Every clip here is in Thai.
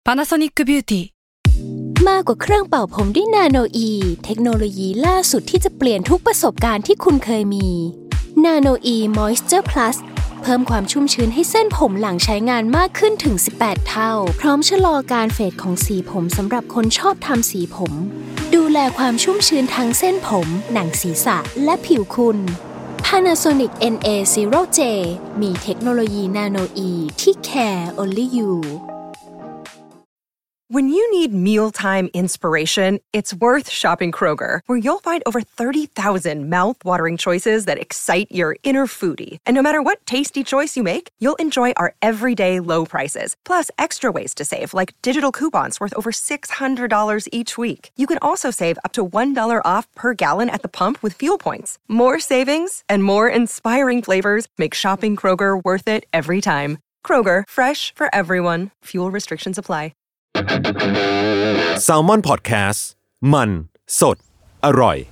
Panasonic Beauty มากกว่าเครื่องเป่าผมด้วยนาโนอีเทคโนโลยีล่าสุดที่จะเปลี่ยนทุกประสบการณ์ที่คุณเคยมีนาโนอีมอยส์เจอร์พลัสเพิ่มความชุ่มชื้นให้เส้นผมหลังใช้งานมากขึ้นถึง18เท่าพร้อมชะลอการเฟดของสีผมสำหรับคนชอบทำสีผมดูแลความชุ่มชื้นทั้งเส้นผมหนังศีรษะและผิวคุณ Panasonic NA0J มีเทคโนโลยีนาโนอีที่ care only you When you need mealtime inspiration, it's worth shopping Kroger, where you'll find over 30,000 mouth-watering choices that excite your inner foodie. And no matter what tasty choice you make, you'll enjoy our everyday low prices, plus extra ways to save, like digital coupons worth over $600 each week. You can also save up to $1 off per gallon at the pump with fuel points. More savings and more inspiring flavors make shopping Kroger worth it every time. Kroger, fresh for everyone. Fuel restrictions apply. Salmon Podcast มันสดอร่อย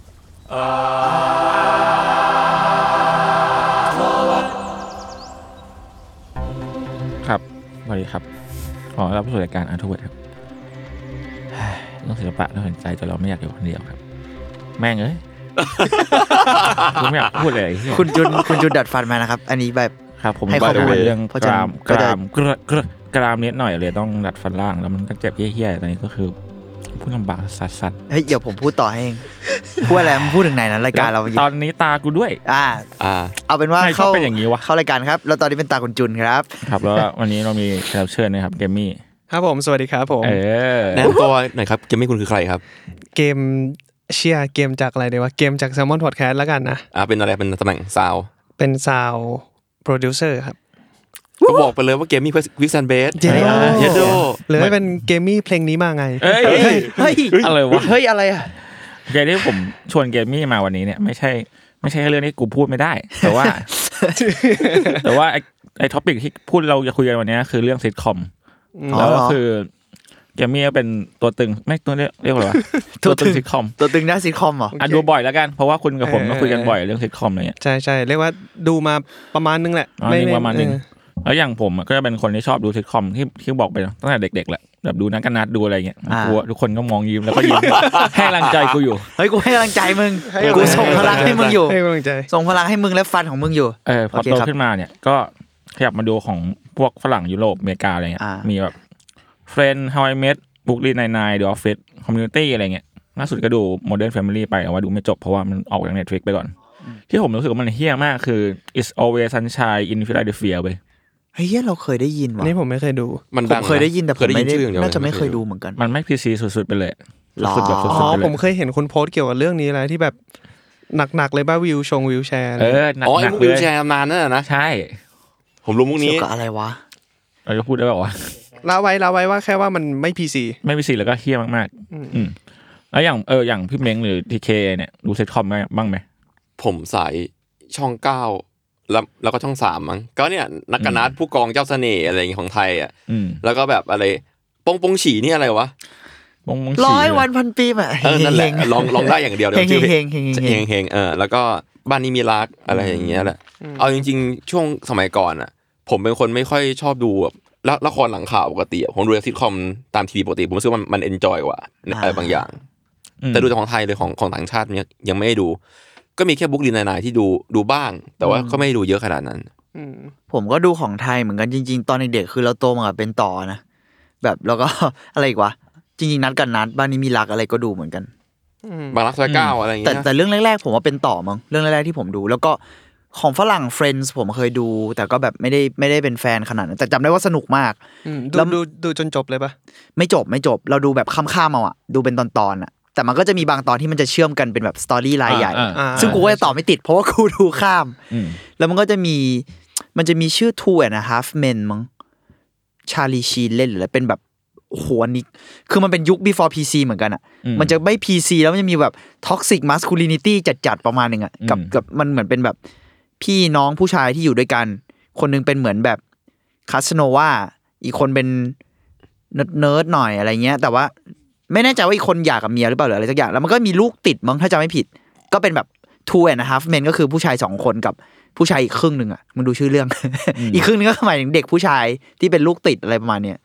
ครับสวัสดีครับขอรับสู่รายการอาร์ทเวิร์ดครับเรื่องศิลปะน่าสนใจจนเราไม่อยากอยู่คนเดียวครับแม่งเอ้ยผมไม่อยากพูดเลยคุณจุนดัดฟันมานะครับอันนี้แบบครับผมไปดูเรื่องกรามนิดหน่อยเลยต้องดัดฟันล่างแล้วมันก็เจ็บเหี้ยๆตอนนี้ก็คือพูดลำบากสัสๆเฮ้ยเดี๋ยวผมพูดต่อให้เองพูดอะไรมึงพูดถึงไหนนั้นรายการเราตอนนี้ตากูด้วยเอาเป็นว่าเข้าเป็นอย่างนี้วะเข้ารายการครับแล้วตอนนี้เป็นตาคุณจุนครับครับแล้ววันนี้เรามีแขกรับเชิญนะครับเกมมี่ครับผมสวัสดีครับผมแนะนำตัวหน่อยครับเกมมี่คุณคือใครครับเกมเชียร์เกมจากอะไรดีวะเกมจาก Salmon Podcast แล้วกันนะเป็นอะไรเป็นตำแหน่งซาวเป็นซาวโปรดิวเซอร์ครับก็บอกไปเลยว่าเกมมี่วิกซันเบสเยโดเลยเป็นเกมมี่เพลงนี้มาไงเฮ้ยอะไรวะเฮ้ยอะไรอ่ะเกมที่ผมชวนเกมมี่มาวันนี้เนี่ยไม่ใช่แค่เรื่องที่กูพูดไม่ได้แต่ว่าไอ้ท็อปิกที่พูดเราจะคุยกันวันนี้คือเรื่องซิทคอมแล้วก็คือเกมมี่เป็นตัวตึงไม่ตัวเรียกว่าตัวตึงซิทคอมตัวตึงด้านซิทคอมเหรอดูบ่อยแล้วกันเพราะว่าคุณกับผมก็คุยกันบ่อยเรื่องซิทคอมอะไรเงี้ยใช่ๆเรียกว่าดูมาประมาณนึงแหละไม่ประมาณนึงแล้วอย่างผมก็จะเป็นคนที่ชอบดูซิทคอมที่บอกไปตั้งแต่เด็กๆแหละแบบดูนักนัดดูอะไรเงี้ยกูทุกคนก็มองยิ้มแล้วก็ยิ้มให้กำลังใจกูอยู่เฮ้ยกูให้กำลังใจมึงกูส่งพลังให้มึงอยู่ให้กำลังใจส่งพลังให้มึงและฟันของมึงอยู่พอโตขึ้นมาเนี่ยก็ขยับมาดูของพวกฝรั่งยุโรปอเมริกาอะไรเงี้ยมีแบบ Friends How I Met Brooklyn Nine-Nine The Office Community อะไรเงี้ยล่าสุดก็ดู Modern Family ไปแต่ว่าดูไม่จบเพราะว่ามันออกจาก Netflix ไปก่อนที่ผมรู้สึกว่ามันเหี้ยมากคือ It's Always Sunshine in Philadelphia เว้ยเฮ้ยเราเคยได้ยินว่ะนี่ผมไม่เคยดูผมเคยได้ยินแต่ผมไม่ได้น่าจะไม่เคยดูเหมือนกันมันไม่ PC สุดๆไปเลยสุดแบบสุดๆไปเลยผมเคยเห็นคนโพสต์เกี่ยวกับเรื่องนี้อะไรที่แบบหนักๆเลยบ้าวิวแชร์หนักๆวิวแชร์นานนั่นน่ะนะใช่ผมรู้มุกนี้เกี่ยวกับอะไรวะเราจะพูดได้ป่าววะลาไว้ว่าแค่ว่ามันไม่ PC แล้วก็เหี้ยมากๆแล้วอย่างพี่เม้งหรือ TK เนี่ยดูซิทคอมบ้างมั้ยผมสายช่อง9แล้วก็ช่อง3มั้งก็เนี่ยนักกนัดผู้กองเจ้าเสน่ห์อะไรอย่างของไทยอ่ะแล้วก็แบบอะไรปงฉี่นี่อะไรวะปงฉี่ 100 วันพันปีอ่ะนั่นแหละลองได้อย่างเดียวเดี๋ยวชื่อเฮงแล้วก็บ้านนี้มีรักอะไรอย่างเงี้ยแหละเอาจริงๆช่วงสมัยก่อนอ่ะผมเป็นคนไม่ค่อยชอบดูแบบละครหลังข่าวปกติผมดูซิทคอมตามทีวีปกติผมรู้สึกว่ามันเอนจอยกว่าอะไรบางอย่างแต่ดูแต่ของไทยเลยของต่างชาติเนี่ยยังไม่ได้ดูก็มีแค่บุ๊กลินนายที่ดูบ้างแต่ว่าก็ไม่ดูเยอะขนาดนั้นผมก็ดูของไทยเหมือนกันจริงๆตอนเด็กๆคือเราโตมากับเป็นต่อนะแบบแล้วก็อะไรอีกวะจริงๆนัดกันนัดบ้านนี้มีรักอะไรก็ดูเหมือนกันบางรักซอย9อะไรอย่างเงี้ยแต่เรื่องแรกๆผมว่าเป็นต่อมั้งเรื่องแรกๆที่ผมดูแล้วก็ของฝรั่ง Friends ผมเคยดูแต่ก็แบบไม่ได้เป็นแฟนขนาดนั้นแต่จำได้ว่าสนุกมากแล้วดูจนจบเลยปะไม่จบเราดูแบบข้ามๆเอาอ่ะดูเป็นตอนๆอ่ะแต่มันก็จะมีบางตอนที่มันจะเชื่อมกันเป็นแบบสตอรี่รายใหญ่ซึ่งกูก็ต่อไม่ติดเพราะว่ากูดูข้ามแล้วมันก็จะมีชื่อ Two and a Half Men มั้งชาลีชีนเล่นหรืออะไรเป็นแบบโอ้โหอันนี้คือมันเป็นยุค before PC เหมือนกันอ่ะมันจะไม่ PC แล้วมันจะมีแบบ toxic masculinity จัดๆประมาณนึงอ่ะกับมันเหมือนเป็นแบบพี่น้องผู้ชายที่อยู่ด้วยกันคนนึงเป็นเหมือนแบบคาสโนวาอีกคนเป็นเนิร์ดหน่อยอะไรเงี้ยแต่ว่าไม่แน่ใจว่าอีกคนหย่ากับเมียหรือเปล่าหรืออะไรสักอย่างแล้วมันก็มีลูกติดมั้งถ้าจำไม่ผิดก็เป็นแบบ Two and a Half Men ก็คือผู้ชาย2คนกับผู้ชายอีกครึ่งนึงอ่ะมึงดูชื่อเรื่อง อีกครึ่งนึงก็หมายถึงเด็กผู้ชายที่เป็นลูกติดอะไรประมาณเนี้ย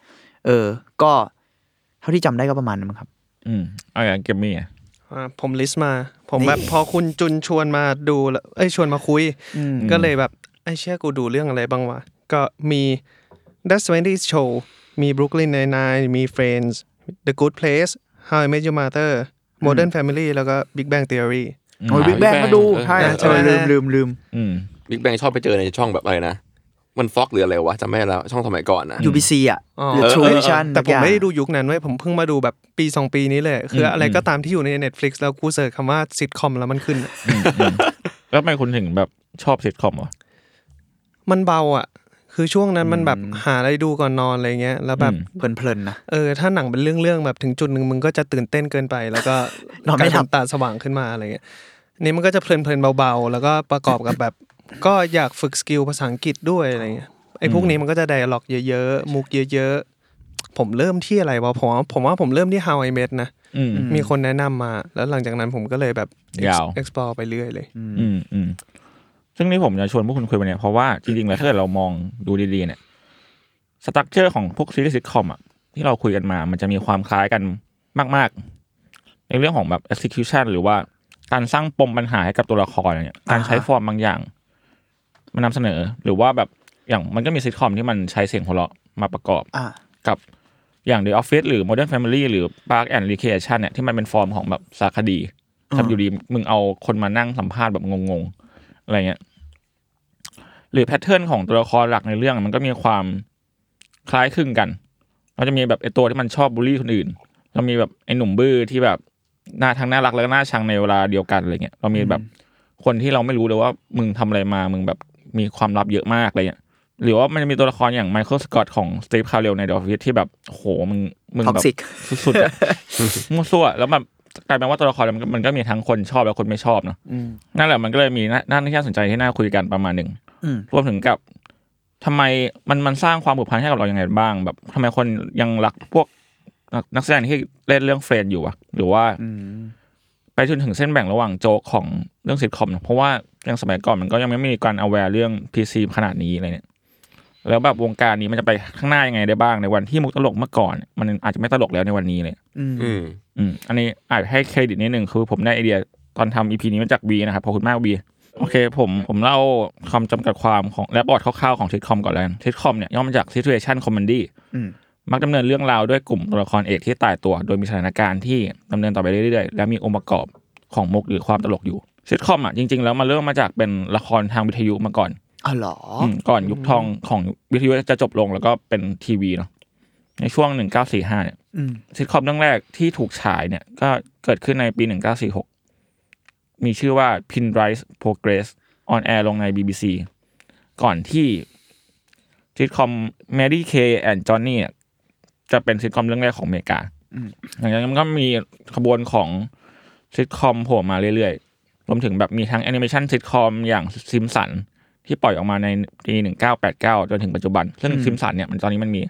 ก็เท่าที่จำได้ก็ประมาณนั้นมั้งครับอย่างเกมมี่ผมลิสต์มาผมแบบพอคุณจุนชวนมาดูชวนมาคุยก็เลยแบบเชื่อกูดูเรื่องอะไรบ้างวะก็มี That's 20's Show มี Brooklyn Nine-Nine มี Friends The Good Place How I Met Your Mother Modern Family แล้วก็ Big Bang Theory Big Bang ก็ดูใช่ลืม Big Bang ชอบไปเจอในช่องแบบอะไรนะมันฟ็อกหรืออะไรวะจำไม่ได้แล้วช่องสมัยก่อนนะ UBC อ่ะหรือ True Vision แต่ผมไม่ได้ดูยุคนั้นเว้ยผมเพิ่งมาดูแบบปี2ปีนี้เลยคืออะไรก็ตามที่อยู่ใน Netflix แล้วกูเสิร์ชคำว่าซิทคอมแล้วมันขึ้นแล้วทำไมคุณถึงแบบชอบซิทคอมวะมันเบาอ่ะคือช่วงนั้นมันแบบหาอะไรดูก่อนนอนอะไรเงี้ยแล้วแบบเพลินๆนะถ้าหนังเป็นเรื่องแบบถึงจุดนึงมึงก็จะตื่นเต้นเกินไปแล้วก็นอนไม่หลับตาสว่างขึ้นมาอะไรเงี้ยนี่มันก็จะเพลินๆเบาๆแล้วก็ประกอบกับแบบก็อยากฝึกสกิลภาษาอังกฤษด้วยอะไรเงี้ยไอ้พวกนี้มันก็จะไดอะล็อกเยอะๆมุกเยอะๆผมเริ่มที่อะไรวะผมว่าผมเริ่มที่ How I Met นะมีคนแนะนำมาแล้วหลังจากนั้นผมก็เลยแบบ explore ไปเรื่อยเลยซึ่งนี่ผมจะชวนพวกคุณคุยไปเนี่ยเพราะว่าจริงๆแล้วถ้าเกิดเรามองดูดีๆเนี่ยสตรัคเจอร์ของพวกซีรีส์ซิทคอมอ่ะที่เราคุยกันมามันจะมีความคล้ายกันมากๆในเรื่องของแบบ execution หรือว่าการสร้างปมปัญหาให้กับตัวละครเนี่ยการใช้ฟอร์มบางอย่างมานำเสนอหรือว่าแบบอย่างมันก็มีซิทคอมที่มันใช้เสียงหัวเราะมาประกอบกับอย่าง The Office หรือ Modern Family หรือ Parks and Recreation เนี่ยที่มันเป็นฟอร์มของแบบสารคดีทำอยู่ดีมึงเอาคนมานั่งสัมภาษณ์แบบงงๆอะไรเงี้ยหรือแพทเทิร์นของตัวละครหลักในเรื่องมันก็มีความคล้ายคลึงกันเราจะมีแบบไอ้ตัวที่มันชอบบูลลี่คนอื่นเรามีแบบไอ้หนุ่มบื้อที่แบบทั้งน่ารักแล้วก็น่าชังในเวลาเดียวกันอะไรเงี้ยเรามีแบบคนที่เราไม่รู้เลยว่ามึงทำอะไรมามึงแบบมีความลับเยอะมากอะไรเงี้ยหรือว่ามันจะมีตัวละครอย่างไมเคิลสกอตของสตีฟคาร์เรลใน The Office ที่แบบโหมึงแบบสุดๆมั่วซั่วแล้วแบบกลายเป็นว่าตัวละครมันก็มีทั้งคนชอบและคนไม่ชอบเนาะนั่นแหละมันก็เลยมีน่าที่น่าสนใจที่น่าคุยกันประมาณนึงรวมถึงกับทำไมมันสร้างความผูกพันให้กับเรายังไงบ้างแบบทำไมคนยังรักพวกนักแสดงที่เล่นเรื่องเฟรนด์อยู่อะหรือว่าไปจนถึงเส้นแบ่งระหว่างโจ๊กของเรื่องซิทคอมเพราะว่ายังสมัยก่อนมันก็ยังไม่มีการเอาแวร์เรื่อง PC ขนาดนี้อะไรเนี่ยแล้วแบบวงการนี้มันจะไปข้างหน้ายังไงได้บ้างในวันที่มุกตลกเมื่อก่อนมันอาจจะไม่ตลกแล้วในวันนี้เลยอันนี้อาจให้เครดิตนิดนึงคือผมได้ไอเดียตอนทำ EP นี้มาจากบีนะครับขอบคุณมากบีโอเคผมเล่าคำจำกัดความของและบอร์ดคร่าวๆของซิทคอมก่อนแล้วซิทคอมเนี่ยย่อมาจาก Situation Comedy มักดำเนินเรื่องราวด้วยกลุ่มตัวละครเอกที่ตายตัวโดยมีสถานการณ์ที่ดำเนินต่อไปเรื่อยๆและมีองค์ประกอบของมุกหรือความตลกอยู่ซิทคอมอ่ะจริงๆแล้วมันเริ่มมาจากเป็นละครทางวิทยุมาก่อนเหรอก่อนยุคทองของวิทยุจะจบลงแล้วก็เป็นทีวีเนาะในช่วง1945เนี่ยซิทคอมเรื่องแรกที่ถูกฉายเนี่ยก็เกิดขึ้นในปี1946มีชื่อว่า Pinrise Progress on air ลงใน BBC ก่อนที่ซิทคอม Mary Kay and Johnny เนี่ยจะเป็นซิทคอมเรื่องแรกของอเมริกาหลังจากนั้นมันก็มีขบวนของซิทคอมโผล่มาเรื่อยๆรวมถึงแบบมีทั้งแอนิเมชันซิทคอมอย่างซิมสันที่ปล่อยออกมาในปี1989จนถึงปัจจุบันซึ่งซิมสันเนี่ยมันตอนนี้มันมี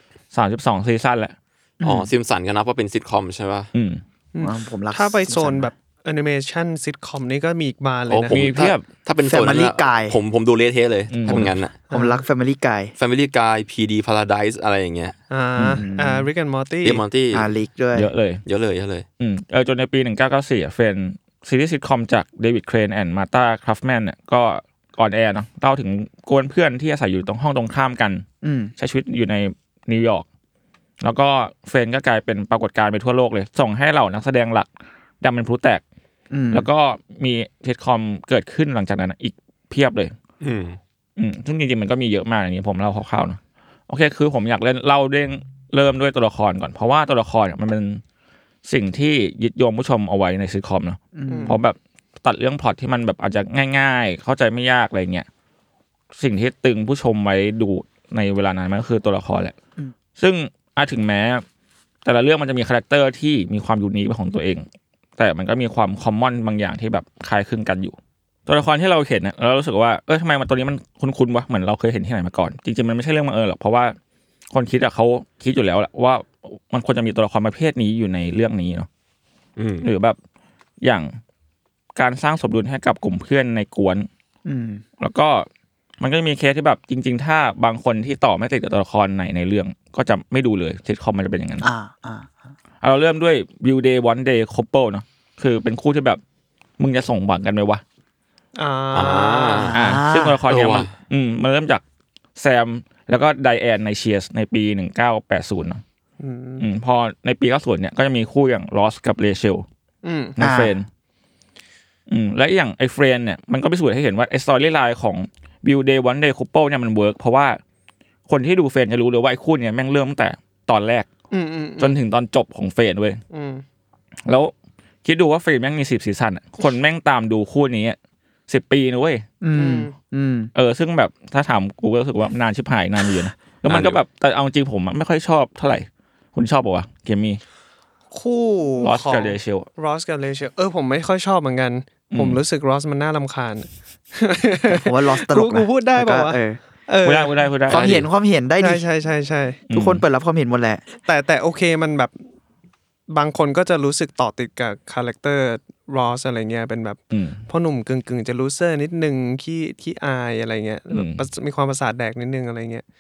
32ซีซั่นแล้วซิมสันก็นับว่าเป็นซิทคอมใช่ป่ะผมรักถ้าไปโซนแบบแอนิเมชันซิทคอมนี่ก็มีอีกบานเลยนะมีเพียบถ้าเป็นโซนนั้นผมดูเละเทะเลยถ้าเป็นงั้นน่ะผมรัก Family Guy PD Paradise อะไรอย่างเงี้ย Rick and Morty ลิกด้วยเยอะเลยจนในปี1994เฟรนซีรีส์ซิทคอมจากเดวิดเครนแอนด์มาร์ตาคราฟแมนเนี่ยก็ออนแอร์เนาะเล่าถึงกวนเพื่อนที่อาศัยอยู่ตรงห้องตรงข้ามกันใช้ชีวิตอยู่ในนิวยอร์กแล้วก็เฟรนก็กลายเป็นปรากฏการณ์ไปทั่วโลกเลยส่งให้เหล่านักแสดงหลักดำเป็นพลุแตกแล้วก็มีซิทคอมเกิดขึ้นหลังจากนั้นอีกเพียบเลยซึ่งจริงๆมันก็มีเยอะมากอย่างนี้ผมเล่าคร่าวๆนะโอเคคือผมอยากเล่าเริ่มด้วยตัวละครก่อนเพราะว่าตัวละครเนี่ยมันเป็นสิ่งที่ยึดโยงผู้ชมเอาไว้ในซิทคอมเนาะเพราะแบบตัดเรื่องพล็อตที่มันแบบอาจจะง่ายๆเข้าใจไม่ยากอะไรเงี้ยสิ่งที่ตึงผู้ชมไว้ดูในเวลานั้นมันก็คือตัวละครแหละซึ่งถึงแม้แต่ละเรื่องมันจะมีคาแรคเตอร์ที่มีความยูนิคของตัวเองแต่มันก็มีความคอมมอนบางอย่างที่แบบคล้ายคลึงกันอยู่ตัวละครที่เราเห็นเนี่ยเรารู้สึกว่าทำไมมันตัวนี้มันคุ้นๆวะเหมือนเราเคยเห็นที่ไหนมาก่อนจริงๆมันไม่ใช่เรื่องบังเอิญหรอกเพราะว่าคนคิดเขาคิดอยู่แล้วแหละว่ามันควรจะมีตัวละครประเภทนี้อยู่ในเรื่องนี้เนาะหรือแบบอย่างการสร้างสมดุลให้กับกลุ่มเพื่อนในกวนแล้วก็มันก็มีเคสที่แบบจริงๆถ้าบางคนที่ต่อไม่ติดกับตัวละครไหนในเรื่องก็จะไม่ดูเลยซิทคอมมันจะเป็นอย่างนั้นเราเริ่มด้วย View Day One Day Couple เนาะคือเป็นคู่ที่แบบมึงจะส่งหวังกันไหมวะซึ่งตัวละครเนี้ยมันเริ่มจากแซมแล้วก็ไดแอนในเชียร์สในปี1980เนาะพอในปี90เนี่ยก็จะมีคู่อย่างลอสกับเรเชลในเฟรนและอย่างไอ้เฟรนเนี่ยมันก็พิสูจน์ให้เห็นว่าไอ้สตอรี่ไลน์ของ View Day One Day Couple เนี่ยมันเวิร์กเพราะว่าคนที่ดูเฟรนจะรู้เลยว่าไอ้คู่เนี่ยแม่งเริ่มตั้งแต่ตอนแรกจนถึงตอนจบของเฟรนเว้ยแล้วคิดดูว่าเฟรนแม่งมี10ซีซั่นคนแม่งตามดูคู่นี้10 ปีนะเว้ยซึ่งแบบถ้าถามกูก็รู้สึกว่านานชิบหายนานอยู่นะแล้วมันก็แบบแต่เอาจริงผมไม่ค่อยชอบเท่าไหร่คุณชอบป่ะวะเกมมี่คู่ลอสกับเรเชลผมไม่ค่อยชอบเหมือนกันผมรู้สึกรอสมันน่ารำคาญผมว่าลอสตลกนะกูพูดได้ป่าววะพูดได้ความเห็นได้ดิใช่ทุกคนเปิดรับความเห็นหมดแหละแต่โอเคมันแบบบางคนก็จะรู้สึกต่อติดกับคาแรคเตอร์รอสอะไรเงี้ยเป็นแบบพ่อหนุ่มกึ่งจะลูเซอร์นิดนึงขี้อายอะไรเงี้ยมีความประสาทแดกนิดนึงอะไรเงี้ย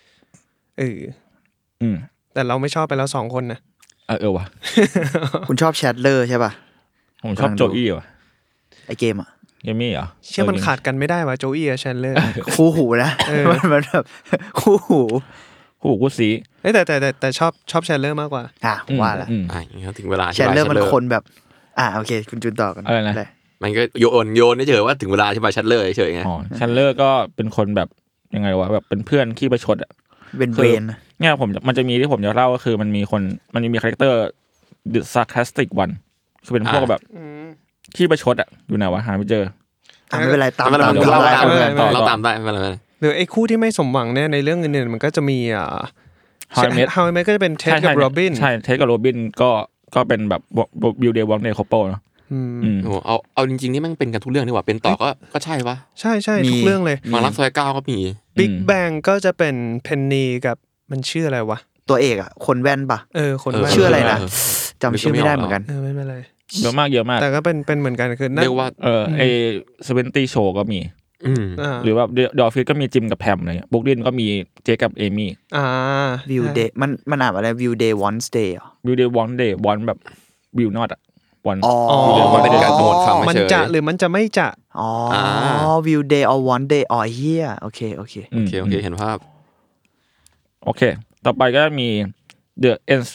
แต่เราไม่ชอบไปแล้ว2คนนะว่ะคุณชอบแชทเลอร์ใช่ป่ะผมชอบโจอี้ว่ะไอเกมเกมมี่เหรอเชื่อมันขาดกันไม่ได้ว่ะโจอี้กับแชทเลอร์คู่หูนะมันแบบคู่หูสีแต่ชอบแชทเลอร์มากกว่าผมว่าละถึงเวลาแชทเลอร์มันคนแบบโอเคคุณจุนต่อกันอะไรนะมันก็โยนเฉยว่าถึงเวลาใช่ป่ะแชทเลอร์เฉยไงแชทเลอร์ก็เป็นคนแบบยังไงวะแบบเป็นเพื่อนขี้ประชดเป็นเวรเนี่ยมันจะมีที่ผมจะเล่าก็คือมันมีคาแรคเตอร์ The Sarcastic One คือเป็นพวกแบบขี้ประชดอยู่ไหนวะหาไม่เจอไม่เป็นไรตามเราตามได้ไม่เป็นไรหรือไอ้คู่ที่ไม่สมหวังเนี่ยในเรื่องอื่นๆมันก็จะมีHow I Met ก็จะเป็นเท็ดกับโรบินใช่เท็ดกับโรบินก็เป็นแบบ View Day One Day Couple เนาะเอาจริงๆนี่มันเป็นกันทุกเรื่องนี่หว่าเป็นต่อก็ใช่ปะใช่ทุกเรื่องเลยบางรักซอย9ก็มี Big Bang ก็จะเป็นเพนนีกับมันชื่ออะไรวะตัวเอกคนแว่นปะคนแว่นชื่ออะไรนะจำชื่อไม่ได้เหมือนกันไม่เป็นไรเยอะมากแต่ก็เป็นเหมือนกันคือเรียกว่าไอ้70 Show ก็มีหรือว่าดอฟฟิศก็มีจิมกับแพมอะไรเงี้ยบุ๊กลินก็มีเจกับเอมี่วิวเดย์มันอ่านอะไรวิวเดย์วันส์เดย์วิวเดย์วันเดย์วันแบบวิวนอตวันมันเป็นการโหมดคำมันจะหรือมันจะไม่จะวิวเดย์วันเดย์เฮียโอเคเห็นภาพโอเคต่อไปก็มี The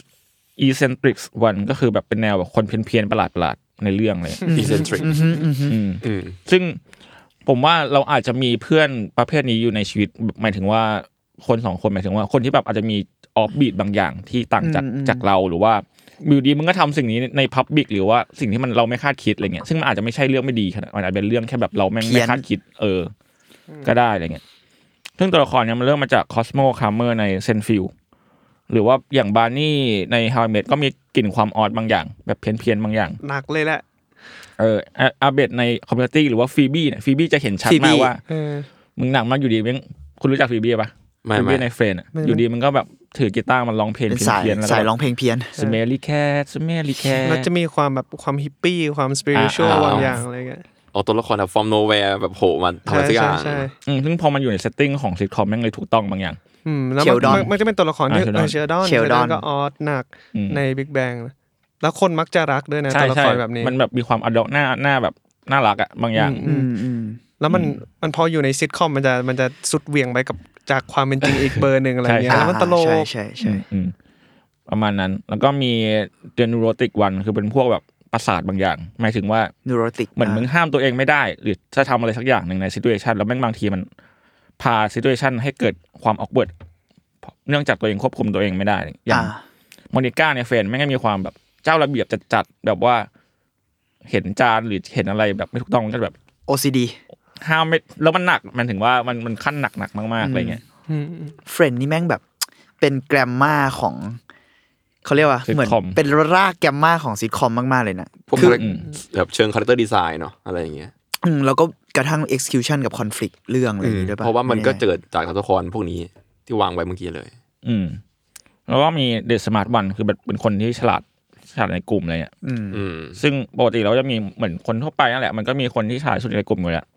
Eccentric One ก็คือแบบเป็นแนวแบบคนเพี้ยนประหลาดในเรื่องเลย Eccentric ซึ่งผมว่าเราอาจจะมีเพื่อนประเภทนี้อยู่ในชีวิตหมายถึงว่าคน2คนหมายถึงว่าคนที่แบบอาจจะมีออฟบีทบางอย่างที่ต่างจากเราหรือว่าอยู่ดีมึงก็ทำสิ่งนี้ในพับบิกหรือว่าสิ่งที่มันเราไม่คาดคิดอะไรเงี้ยซึ่งมันอาจจะไม่ใช่เรื่องไม่ดีขนาดมันอาจจะเป็นเรื่องแค่แบบเราไม่คาดคิดก็ได้อะไรเงี้ยซึ่งตัวละครเนี้ยมันเริ่มมาจากคอสโมคาร์เมอร์ในเซนฟิลหรือว่าอย่างบาร์นี่ใน How I Met ก็มีกลิ่นความออดบางอย่างแบบเพี้ยนบางอย่างหนักเลยแหละอาเบตในคอมมูนิตี้หรือว่าฟีบี้เนี่ยฟีบี้จะเห็นชัดมากว่ามึงหนักมากอยู่ดีมึงคุณรู้จักฟีบี้ป่ะฟีบี้ในเฟรนอยู่ดีมึงก็แบบถือกีตาร์มันร้องเพลงเพี้ยนแล้วสายร้องเพลงเพี้ยน Smelly Cat มันจะมีความแบบความฮิปปี้ความสปิริชวลบางอย่างอะไรเงี้ยตัวละครแบบ from nowhere แบบโผล่มาทำอะไรสักอย่างซึ่งพอมันอยู่ในเซตติ้งของซิทคอมแม่งเลยถูกต้องบางอย่างแล้วมันจะเป็นตัวละครที่เชลดอนก็ออสหนักใน Big Bang แล้วคนมักจะรักด้วยนะตัวละครแบบนี้มันแบบมีความอดอลหน้าแบบน่ารักบางอย่างแล้วมันพออยู่ในซิทคอมมันจะสุดเวียงไปกับจากความเป็นจริงอีกเบอร์นึงอะไรเงี้ยแล้วมันตลกใช่ประมาณนั้นแล้วก็มีThe Neurotic One คือเป็นพวกแบบประสาทบางอย่างหมายถึงว่า Neurotic เหมือนมึงห้ามตัวเองไม่ได้หรือจะทำอะไรสักอย่างนึงในซิทูเอชั่นแล้วแม่งบางทีมันพาซิทูเอชั่นให้เกิดความออกเวิร์ดเนื่องจากตัวเองควบคุมตัวเองไม่ได้อย่างโมนิก้าในเฟรนแม่งก็มีความแบบเจ้าระเบียบจัดแบบว่าเห็นจานหรือเห็นอะไรแบบไม่ถูกต้องก็แบบ OCD ห้ามไม่แล้วมันหนักมันถึงว่ามันขั้นหนักมากๆอะไรเงี้ยเฟรนนี่แม่งแบบเป็นแกรมมาของเขาเรียกว่าเหมือนเป็นรากแกรมมาของซิทคอมมากๆเลยนะคือแบบเชิงคาแรคเตอร์ดีไซน์เนาะอะไรอย่างเงี้ยแล้วก็กระทั่ง execution กับ conflict เรื่องอะไรอย่างงี้ด้วยป่ะเพราะว่ามันก็เกิดจากตัวละครพวกนี้ที่วางไว้เมื่อกี้เลยแล้วก็มีเดอะสมาร์ทวันคือเป็นคนที่ฉลาดในกลุ่มอะไรเงี้ยซึ่งปกติเราจะมีเหมือนคนทั่วไปนั่นแหละมันก็มีคนที่ฉลาดสุดในกลุ่มอยู่แล้ว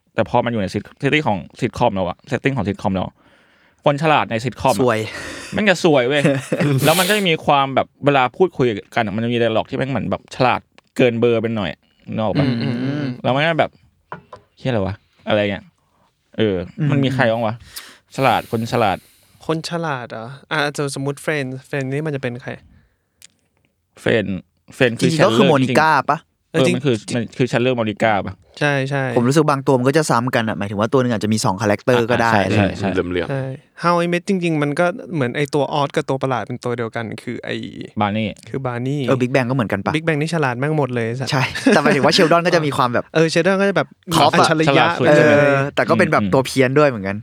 แต่พอมันอยู่ในเซตติ้งของซิทคอมแล้วอะเซตติ้งของซิทคอมแล้วคนฉลาดในซิทคอมสวยมันจะสวยเว้ย แล้วมันก็จะมีความแบบเวลาพูดคุยกันมันจะมีไดอะล็อกที่มันเหมือนแบบฉลาดเกินเบอร์เป็นหน่อยนอกแบบแล้วมันก็แบบเหี้ยอะไรวะอะไรเงี้ยมันมีใครบ้างวะฉลาดคนฉลาดเหรอจะสมมุติเฟรนด์นี่มันจะเป็นใครเฟรนคือก็คือโมนิก้าปะมันคือชัลเลอร์โมนิก้าป่ะใช่ผมรู้สึกบางตัวมันก็จะซ้ำกันอ่ะหมายถึงว่าตัวนึงอาจจะมี2คาแรคเตอร์ก็ได้ใช่เหลี่ยมใช่ How I Met จริงๆมันก็เหมือนไอตัวออสกับตัวประหลาดเป็นตัวเดียวกันคือไอบาร์นี่บิ๊กแบงก็เหมือนกันปะบิ๊กแบงนี่ฉลาดแม่งหมดเลยใช่แต่หมายถึงว่าเชลดอนก็จะมีความแบบเชลดอนก็จะแบบอัจฉริยะแต่ก็เป็นแบบตัวเพี้ยนด้วยเหมือนกัน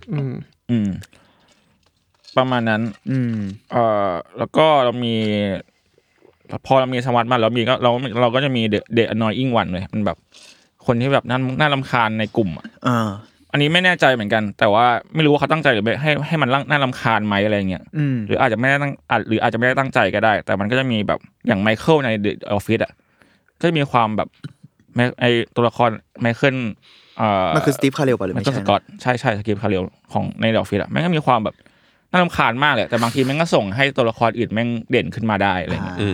ประมาณนั้นแล้วก็เรามีพอเรามีสวัสดิ์มาแล้วมีก็เราก็จะมีเดอะannoying oneเลยมันแบบคนที่แบบน่ารำคาญในกลุ่มอันนี้ไม่แน่ใจเหมือนกันแต่ว่าไม่รู้ว่าเขาตั้งใจหรือไม่ให้มันน่ารำคาญไหมอะไรเงี้ยหรืออาจจะไม่ได้ตั้งใจก็ได้แต่มันก็จะมีแบบอย่างไมเคิลใน The Office อ่ะก็จะมีความแบบไอตัวละครไมเคิลมันคือสตีฟคาเรลป่ะหรือไม่ใช่สกอตใช่สตีฟคาเรลของใน The Office อ่ะมันก็มีความแบบน่ารำคาญมากเลยแต่บางทีมันก็ส่งให้ตัวละครอื่นแม่งเด่นขึ้นมาได้อะไรเงี้ย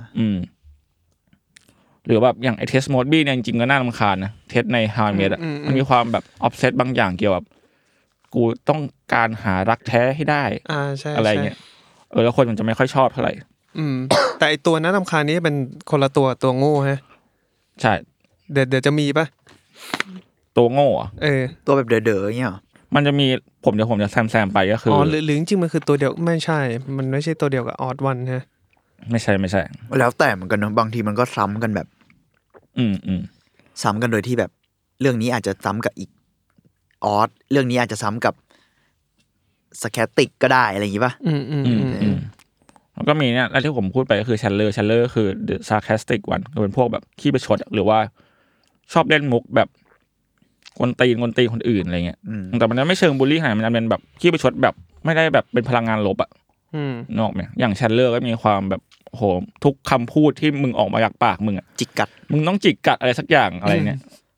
หรือแบบอย่างไอเทสโมดบี้เนี่ยจริงๆก็น่ารำคาญนะเทสใน How I Met มันมีความแบบออฟเซตบางอย่างเกี่ยวกับกูต้องการหารักแท้ให้ได้อะไรเงี้ยแล้วคนมันจะไม่ค่อยชอบเท่าไหร่แต่ไอตัวน่ารำคาญนี้เป็นคนละตัวโง่ฮะใช่เดี๋ยวจะมีปะตัวโง่ตัวแบบเด๋อๆเงี้ยมันจะมีเดี๋ยวผมจะแซมไปก็คือหรือจริงๆมันคือตัวเดียวไม่ใช่มันไม่ใช่ตัวเดียวกับออดวันฮะไม่ใช่แล้วแต่เหมือนกันเนาะบางทีมันก็ซ้ำกันแบบซ้ำกันโดยที่แบบเรื่องนี้อาจจะซ้ำกับอีกออดเรื่องนี้อาจจะซ้ำกับสแคตติกก็ได้อะไรอย่างงี้ป่ะแล้วก็มีเนี่ยแล้วที่ผมพูดไปก็คือชัลเลอร์คือ the sarcastic one ก็เป็นพวกแบบขี้ประชดหรือว่าชอบเล่นมุกแบบคนตีคนอื่นอะไรเงี้ยแต่มันไม่เชิงบูลลี่ขนาดมันเป็นแบบขี้ประชดแบบไม่ได้แบบเป็นพลังงานลบอ่ะนอกไหมอย่างชัลเลอร์ก็มีความแบบโหทุกคำพูดที่มึงออกมาจากปากมึงอ่ะจิกกัดมึงต้องจิกกัดอะไรสักอย่างอะไรเงี้ย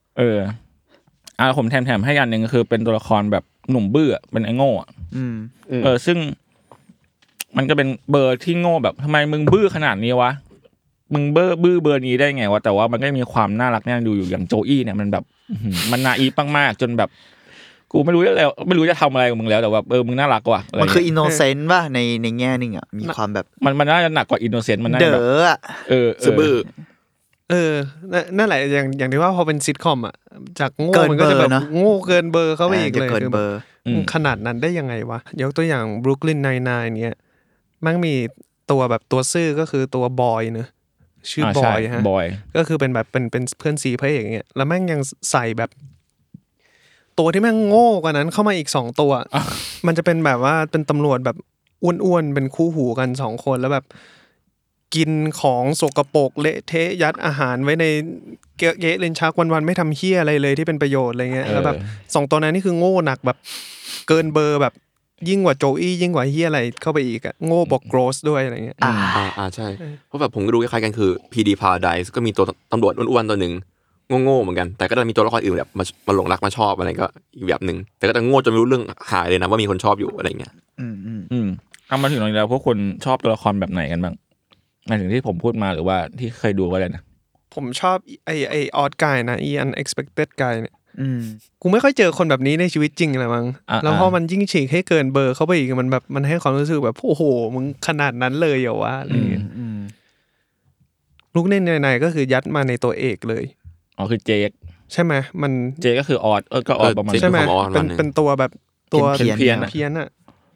ผมแถมให้อย่างนึงก็คือเป็นตัวละครแบบหนุ่มบื้อเป็นไอ้โง่ซึ่งมันก็เป็นเบอร์ที่โง่แบบทำไมมึงบื้อขนาดนี้วะมึงบื้อเบอร์นี้ได้ไงวะแต่ว่ามันก็มีความน่ารักน่าดูอยู่อย่างโจอี้เนี่ยมันแบบมันนาอีฟมากๆจนแบบกูไม่รู้จะทำอะไรกับมึงแล้วแต่ว่ามึงน่ารักว่ะมันคืออินโนเซนต์ป่ะในแง่นึงอ่ะมีความแบบมันน่าจะหนักกว่าอินโนเซนต์มันน่าแบบซื่อนั่นแหละอย่างที่ว่าพอเป็นซิทคอมอ่ะจากโง่มันก็จะแบบโง่เกินเบอร์เข้าไปอีกเลยคือขนาดนั้นได้ยังไงวะยกตัวอย่าง Brooklyn Nine-Nine เนี่ยมันมีตัวแบบตัวซื่อก็คือตัวบอยเนอะชื่อบอยฮะก็คือเป็นแบบเป็นเพื่อนซีพระเอกอย่างเงี้ยแล้วแม่งยังใส่แบบตัวที่แม่งโง่กว่านั้นเข้ามาอีก2ตัวมันจะเป็นแบบว่าเป็นตำรวจแบบอ้วนๆเป็นคู่หูกัน2คนแล้วแบบกินของสกปรกเละเทะยัดอาหารไว้ในเกะเลนชักวันๆไม่ทำเหี้ยอะไรเลยที่เป็นประโยชน์อะไรเงี้ยแล้วแบบ2ตัวนั้นนี่คือโง่หนักแบบเกินเบอร์แบบยิ่งกว่าโจอี้ยิ่งกว่าเหี้ยอะไรเข้าไปอีกอะโง่บอกโกรสด้วยอะไรเงี้ยใช่เพราะแบบผมก็ดูคล้ายๆกันคือ PD Paradise ก็มีตัวตำรวจอ้วนๆตัวนึงโง่ๆเหมือนกันแต่ก็จะมีตัวละครอื่นแบบมาหลงรักมาชอบอะไรก็อีกแบบนึงแต่ก็จะโง่จนไม่รู้เรื่องหายเลยนะว่ามีคนชอบอยู่อะไรเงี้ยเอามาถึงตรงนี้แล้วพวกคนชอบตัวละครแบบไหนกันบ้างหมายถึงที่ผมพูดมาหรือว่าที่เคยดูก็ได้นะผมชอบไอออดกายนะunexpected guy เนี่ยกูไม่ค่อยเจอคนแบบนี้ในชีวิตจริงเลยมั้งแล้วพอมันยิ่งฉีกให้เกินเบอร์เข้าไปอีกมันแบบมันให้ความรู้สึกแบบโอ้โหมึงขนาดนั้นเลยเหรอวะอะไรเงี้ยลูกเล่นในก็คือยัดมาในตัวเอกเลยคือเจคใช่ไหมมันเจคก็คือออดก็ออดประมาณใช่ไหมเป็นตัวแบบตัวเพี้ยนอ่ะ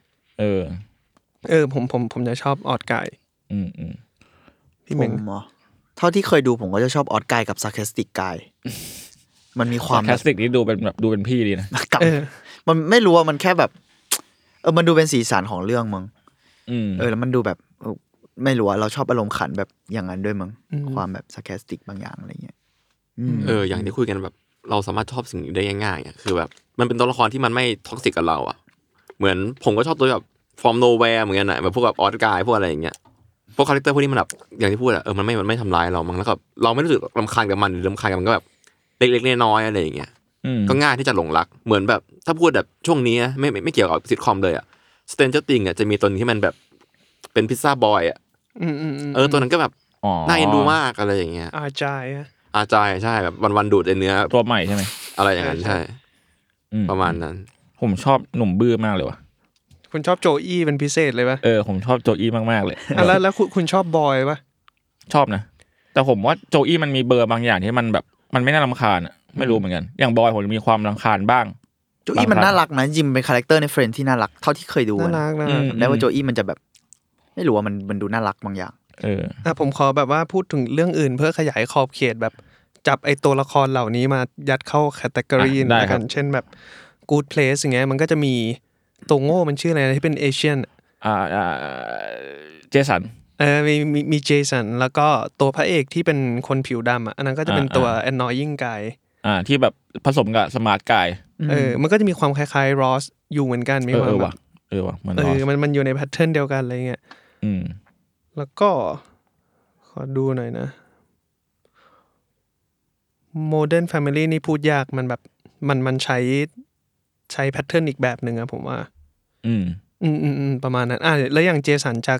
ผมจะชอบออดกายพี่เม้งเท่าที่เคยดูผมก็จะชอบออดกายกับซาร์แคสติกกายมันมีความซาร์แคสติกนี่ดูเป็นแบบดูเป็นพี่ดีนะมันไม่รู้ว่ามันแค่แบบมันดูเป็นสีสันของเรื่องมั้งแล้วมันดูแบบไม่รู้ว่าเราชอบอารมณ์ขันแบบอย่างนั้นด้วยมั้งความแบบซาร์แคสติกบางอย่างอะไรเงี้ยอย่างที่คุยกันแบบเราสามารถชอบสิ่งนี้ได้ง่ายๆคือแบบมันเป็นตัวละครที่มันไม่ท็อกซิกกับเราอ่ะเหมือนผมก็ชอบตัวแบบฟอร์มโนแวร์เหมือนกันน่ะแบบพวกแบบออสกายพวกอะไรอย่างเงี้ยพวกคาแรคเตอร์พวกนี้มันแบบอย่างที่พูดอ่ะมันไม่ทำร้ายเรามั้งแล้วก็เราไม่รู้สึกรำคาญกับมันหรือรำคาญกับมันก็แบบเล็กๆน้อยๆอะไรอย่างเงี้ยก็ง่ายที่จะหลงรักเหมือนแบบถ้าพูดแบบช่วงนี้ไม่เกี่ยวกับซิทคอมเลยอ่ะ Stranger Things อ่ะจะมีตัวที่มันแบบเป็นพิซซ่าบอยอ่ะตัวนั้นก็แบบน่าเอ็นดูมากอะไรอย่างเงี้ยอาจายใช่แบบวันๆดูดเนื้อตัวใหม่ใช่ไหมอะไรอย่างนั้นใช่ประมาณนั้นผมชอบหนุ่มบื้อมากเลยว่ะคุณชอบโจอี้เป็นพิเศษเลยป่ะผมชอบโจอี้มากๆเลยแล้วคุณชอบบอยป่ะชอบนะแต่ผมว่าโจอี้มันมีเบอร์บางอย่างที่มันแบบมันไม่น่ารำคาญอ่ะไม่รู้เหมือนกันอย่างบอยผมมีความรำคาญบ้างโจอี้มันน่ารักนะจิมเป็นคาแรคเตอร์ในเฟรนด์ที่น่ารักเท่าที่เคยดูน่ารักได้ว่าโจอี้มันจะแบบไม่รู้ว่ามันดูน่ารักบางอย่างผมขอแบบว่าพูดถึงเรื่องอื่นเพื่อขยายขอบเขตแบบจับไอตัวละครเหล่านี้มายัดเข้าแคตตากรีนะกันเช่นแบบ Good Place อย่างเงี้ยมันก็จะมีตัวโง่มันชื่ออะไรนะที่เป็นเอเชียนเจสันมีเจสันแล้วก็ตัวพระเอกที่เป็นคนผิวดำอันนั้นก็จะเป็นตัว annoying guy ที่แบบผสมกับสมาร์ทกายมันก็จะมีความคล้ายๆ Ross อยู่เหมือนกันมีความว่ะมันอยู่ในแพทเทิร์นเดียวกันอะไรเงี้ยแล้วก็ขอดูหน่อยนะ Modern Family นี่พูดยากมันแบบมันใช้แพทเทิร์นอีกแบบนึงอะผมว่าประมาณนั้นแล้วอย่างเจสันจาก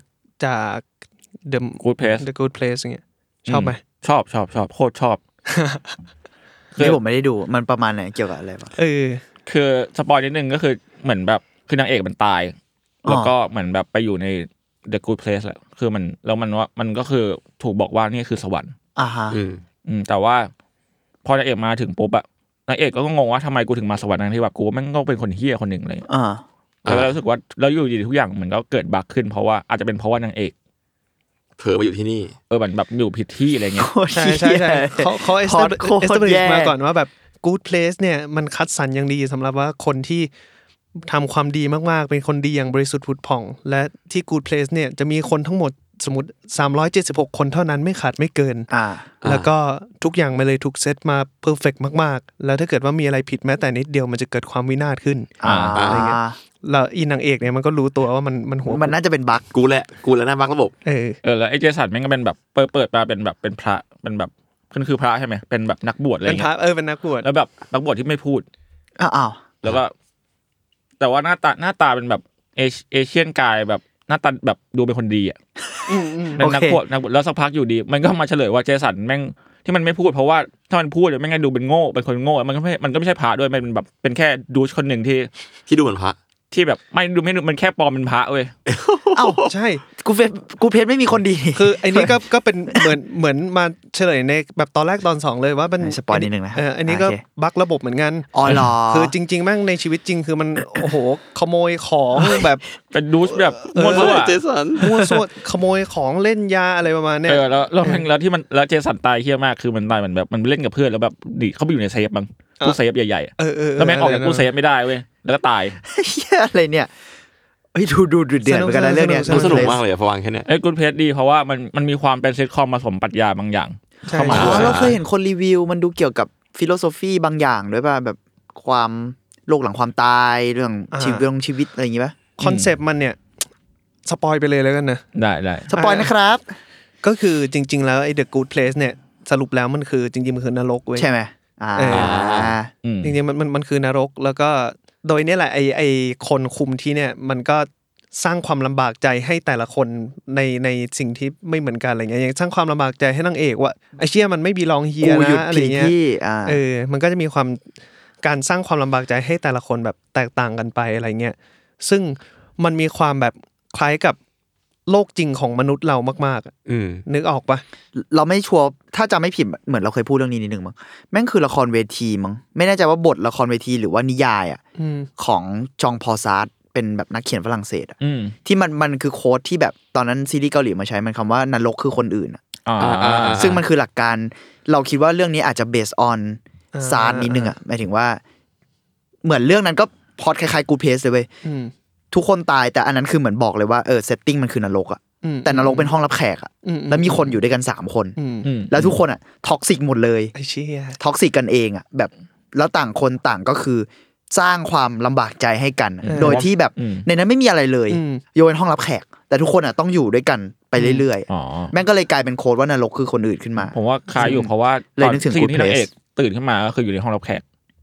The Good Place เงี้ยชอบไหมชอบโคตรชอบนี่ผมไม่ได้ดูมันประมาณไหนเกี่ยวกับอะไรวะคือสปอยนิดนึงก็คือเหมือนแบบคือนางเอกมันตายแล้วก็เหมือนแบบไปอยู่ใน The Good Place แหละคือมันแล้วมันก็คือถูกบอกว่านี่คือสวรรค์แต่ว่าพอนางเอกมาถึงปุ๊บอะนางเอกก็งงว่าทำไมกูถึงมาสวรรค์นั้นที่แบบกูแม่งก็เป็นคนเหี้ยคนหนึ่งเลยแล้วรู้สึกว่าแล้วอยู่ดีทุกอย่างมันก็เกิดบั๊กขึ้นเพราะว่าอาจจะเป็นเพราะว่านางเอกเผลอมาอยู่ที่นี่มันแบบอยู่ผิดที่อะไรเงี้ยใช่เขาเอสเตอร์บริกมาก่อนว่าแบบ Good Place เนี่ยมันคัดสรรอย่างดีสำหรับว่าคนที่ทำความดีมากๆเป็นคนดีอย่างบริสุทธิ์ผุดผ่องและที่ Good Place เนี่ยจะมีคนทั้งหมดสมมุติ376คนเท่านั้นไม่ขาดไม่เกินแล้วก็ทุกอย่างมันเลยถูกเซตมาเพอร์เฟคมากๆแล้วถ้าเกิดว่ามีอะไรผิดแม้แต่นิดเดียวมันจะเกิดความวินาศขึ้นอะไรเงี้ยแล้วอีนางเอกเนี่ยมันก็รู้ตัวว่ามันหัวมันน่าจะเป็นบั๊กกูแหละนะบั๊กระบบแล้วไอ้เจสันแม่งก็เป็นแบบเปิดมาเป็นแบบเป็นพระเป็นแบบคือพระใช่ไหมเป็นแบบนักบวชอะไรเงี้ยเป็นพระเป็นนักบวชแล้วแบบนักบวชที่ไม่พูดแล้วก็แต่ว่าหน้าตาเป็นแบบเอเชียนกายแบบหน้าตาแบบดูเป็นคนดีอ่ะเป็นนักบวชแล้วสักพักอยู่ดีมันก็มาเฉลยว่าเจสันแม่งที่มันไม่พูดเพราะว่าถ้ามันพูดแม่งดูเป็นโง่เป็นคนโง่มันก็ไม่ใช่พระด้วยมันเป็นแบบเป็นแค่ดูชคนหนึ่งที่ดูเหมือนพระที่แบบไม่ดูมันแค่ปลอมเป็นพระเว้ยใช่กูเพจไม่มีคนดีคือไอ้นี่ก็เป็นเหมือนมาเฉลยในแบบตอนแรกตอน2เลยว่ามันสปอยนิดนึงนะอันนี้ก็บั๊กระบบเหมือนกันหรอคือจริงๆแม่งในชีวิตจริงคือมันโอ้โหขโมยของแบบเป็นดูสแบบมั่วซั่วเจสันมั่วซั่วขโมยของเล่นยาอะไรประมาณเนี้ยแล้วที่มันแล้วเจสันตายเหี้ยมากคือมันตายมันแบบมันเล่นกับเพื่อนแล้วแบบดิเขาไปอยู่ในเซฟมั้งตู้เซฟใหญ่ๆแล้วแม่งออกจากตู้เซฟไม่ได้เว้ยแล้วก็ตายเหี้ยอะไรเนี่ยดูเดือดเหมือนกันนะเรื่องเนี้ยสนุกมากเลยพอวางแค่เนี้ย Good Placeดีเพราะว่ามันมีความเป็นซิทคอมผสมปรัชญาบางอย่างเข้ามาเราเคยเห็นคนรีวิวมันดูเกี่ยวกับฟิโลโซฟีบางอย่างด้วยป่ะแบบความโลกหลังความตายเรื่องชีวิตอะไรอย่างงี้ป่ะคอนเซปต์มันเนี่ยสปอยไปเลยแล้วกันนะได้สปอยนะครับก็คือจริงๆแล้วไอ้ The Good Place เนี่ยสรุปแล้วมันคือจริงๆมันคือนรกเว้ยใช่มั้ยจริงๆมันคือนรกแล้วก็โดยนี่แหละไอ้คนคุมที่เนี่ยมันก็สร้างความลำบากใจให้แต่ละคนในสิ่งที่ไม่เหมือนกันอะไรเงี้ยอย่างสร้างความลำบากใจให้นางเอกว่าไอ้เชี่ยมันไม่บีลองเฮียนะอะไรเงี้ยมันก็จะมีความการสร้างความลำบากใจให้แต่ละคนแบบแตกต่างกันไปอะไรเงี้ยซึ่งมันมีความแบบคล้ายกับโลกจริงของมนุษย์เรามากๆนึกออกปะเราไม่ชัวร์ถ้าจำไม่ผิดเหมือนเราเคยพูดเรื่องนี้นิดนึงมั้งแม่งคือละครเวทีมั้งไม่แน่ใจว่าบทละครเวทีหรือว่านิยายของจองพอซาร์ตเป็นแบบนักเขียนฝรั่งเศสที่มันคือโค้ดที่แบบตอนนั้นซีรีส์เกาหลีมาใช้มันคำว่านรกคือคนอื่นซึ่งมันคือหลักการเราคิดว่าเรื่องนี้อาจจะ based on ซาร์ตนิดนึงหมายถึงว่าเหมือนเรื่องนั้นก็พล็อตคล้ายๆกูเพสเลยเว้ยทุกคนตายแต่อันนั้นคือเหมือนบอกเลยว่าเซตติ้งมันคือนรกแต่นรกเป็นห้องรับแขกแล้วมีคนอยู่ด้วยกัน3คนแล้วทุกคนท็อกซิกหมดเลยท็อกซิกกันเองแบบแล้วต่างคนต่างก็คือสร้างความลำบากใจให้กันโดยที่แบบในนั้นไม่มีอะไรเลยยกเว้นห้องรับแขกแต่ทุกคนต้องอยู่ด้วยกันไปเรื่อยๆแม่งก็เลยกลายเป็นโค้ดว่านรกคือคนอื่นขึ้นมาผมว่าคล้ายอยู่เพราะว่าตอนที่นางเอกตื่นขึ้นมาก็คืออยู่ในห้องรับแขก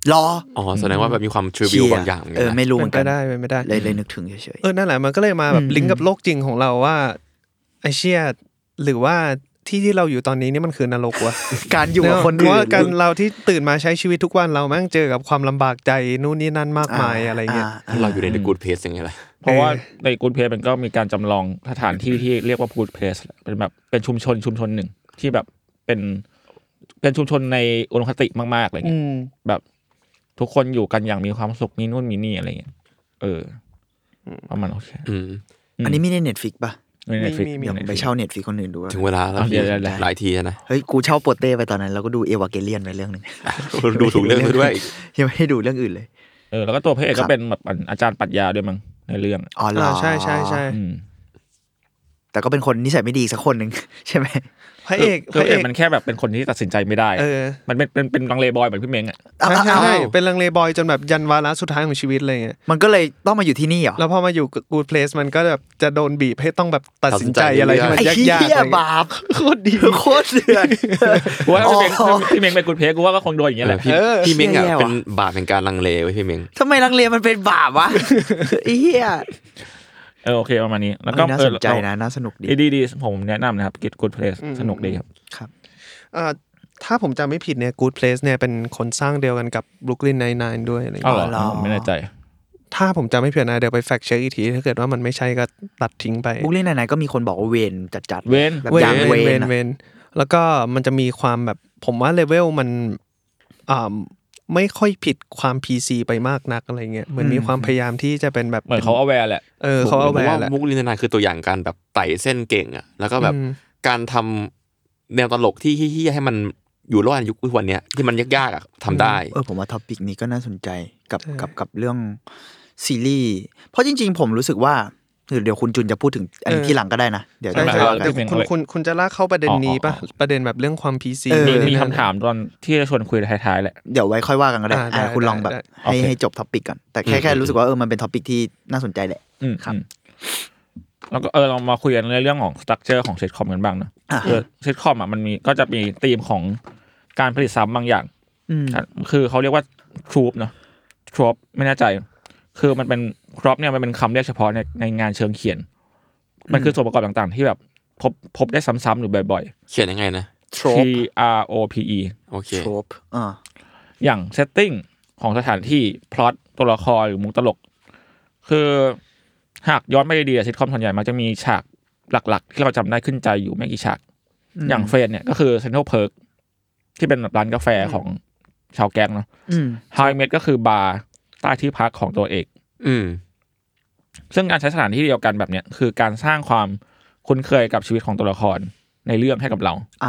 รอแสดงว่าแบบมีความทริวิวบางอย่างไม่รู้เหมือนกันไม่ได้เลยนึกถึงเฉยๆนั่นแหละมันก็เลยมาแบบลิงก์กับโลกจริงของเราว่าไอ้เชี่ยหรือว่าที่เราอยู่ตอนนี้นี่มันคือนรกวะการอยู่กับคนอื่นว่าการเราที่ตื่นมาใช้ชีวิตทุกวันเราแม่งเจอกับความลำบากใจนู่นนี่นั่นมากมายอะไรเงี้ยเราอยู่ใน The Good Place ยังไงล่ะเพราะว่าใน Good Place มันก็มีการจำลองสถานที่ที่เรียกว่า Good Place เป็นแบบเป็นชุมชนหนึ่งที่แบบเป็นชุมชนในอุดมคติมากๆอะไรเงี้ยแบบทุกคนอยู่กันอย่างมีความสุขมีนู่นมีนี่อะไรเงี้ยประมาณโอเคอันนี้มีใน Netflix ป่ะใน Netflix เดี๋ยวไปเช่า Netflix คนอื่นดูถึงเวลาแล้วหลายทีนะเฮ้ยกูเช่าโปเต้ไปตอนนั้นแล้วก็ดูเอวาเกเลียนไปเรื่องนึงดูถูกเรื่องด้วยยังไม่ได้ดูเรื่องอื่นเลยแล้วก็ตัวพระเอกก็เป็นแบบอาจารย์ปรัชญาด้วยมั้งในเรื่องใช่แต่ก็เป็นคนนิสัยไม่ดีสักคนนึงใช่ไหมพระเอกมันแค่แบบเป็นคนที่ตัดสินใจไม่ได้มันเป็นลังเลบอยเหมือนพี่เม้งใช่เป็นลังเลบอยจนแบบยันวาระสุดท้ายของชีวิตอะไรเงี้ยมันก็เลยต้องมาอยู่ที่นี่เหรอแล้วพอมาอยู่ Good Place มันก็แบบจะโดนบีบให้ต้องแบบตัดสินใจอะไรที่มันยากๆบาปโคตรดีโคตรเดือดว่าพี่เม้งเป็น Good Place กูว่าก็คงโดนอย่างเงี้ยแหละพี่เม้งเป็นบาปเป็นการลังเลไว้พี่เม้งทำไมลังเลมันเป็นบาปวะไอ้เหี้ยโอเคประมาณนี้แล้วก็น่าสนใจนะน่าสนุกดีผมแนะนำนะครับ Good Place สนุกดีครับถ้าผมจำไม่ผิดเนี่ย Good Place เนี่ยเป็นคนสร้างเดียวกันกับ Brooklyn Nine-Nine ด้วยอะไรอย่างเงี้ยไม่แน่ใจถ้าผมจำไม่ผิดนะเดี๋ยวไปแฟกเช็คอีกทีถ้าเกิดว่ามันไม่ใช่ก็ตัดทิ้งไป Brooklyn Nine-Nine ก็มีคนบอกว่าเวนจัดเวนแบบอย่างเวนแล้วก็มันจะมีความแบบผมว่าเลเวลมันไม่ค่อยผิดความ PC ไปมากนักอะไรเงี้ยเหมือนมีความพยายามที่จะเป็นแบบเหมือนเขาเอาแวร์แหละเขาเอาแวร์แหละ Brooklyn Nine-Nineคือตัวอย่างการแบบไต่เส้นเก่งอ่ะแล้วก็แบบการทำแนวตลกที่เหี้ยให้มันอยู่รอดในยุควันนี้ที่มันยากๆอ่ะทำได้ผมว่าท็อปิกนี้ก็น่าสนใจกับเรื่องซีรีส์เพราะจริงๆผมรู้สึกว่าเดี๋ยวคุณจุนจะพูดถึงอันนี้ที่หลังก็ได้นะเดี๋ยวคุณจะลากเข้าประเด็นนี้ป่ะประเด็นแบบเรื่องความ PC มีคำถามตอนที่จะชวนคุยท้ายๆแหละเดี๋ยวไว้ค่อยว่ากันก็ได้คุณลองแบบให้จบท็อปิกก่อนแต่แค่รู้สึกว่ามันเป็นท็อปิกที่น่าสนใจแหละครับแล้วก็เรามาคุยกันในเรื่องของสตรัคเจอร์ของซิทคอมกันบ้างนะซิทคอมมันมีก็จะมีธีมของการผลิตซ้ำบางอย่างคือเขาเรียกว่าทรูปเนาะทรูปไม่แน่ใจคือมันเป็นทรูปเนี่ยมันเป็นคำเรียกเฉพาะในงานเชิงเขียนมันคือส่วนประกอบต่างๆที่แบบพบได้ซ้ำๆหรือบ่อยๆเขียนยังไงนะ T R O P E โอเค trope อย่างเซตติ้งของสถานที่พล็อตตัวละครหรือมุกตลกคือหากย้อนไปดีๆซิทคอมส่วนใหญ่มันจะมีฉากหลักๆที่เราจำได้ขึ้นใจอยู่ไม่กี่ฉากอย่างเฟรนเนี่ยก็คือเซ็นทรัลเพิร์คที่เป็นร้านกาแฟของชาวแก๊งเนาะไฮเมดก็คือบาร์ใต้ที่พักของตัวเอกซึ่งการใช้สถานที่เดียวกันแบบเนี้ยคือการสร้างความคุ้นเคยกับชีวิตของตัวละครในเรื่องให้กับเรา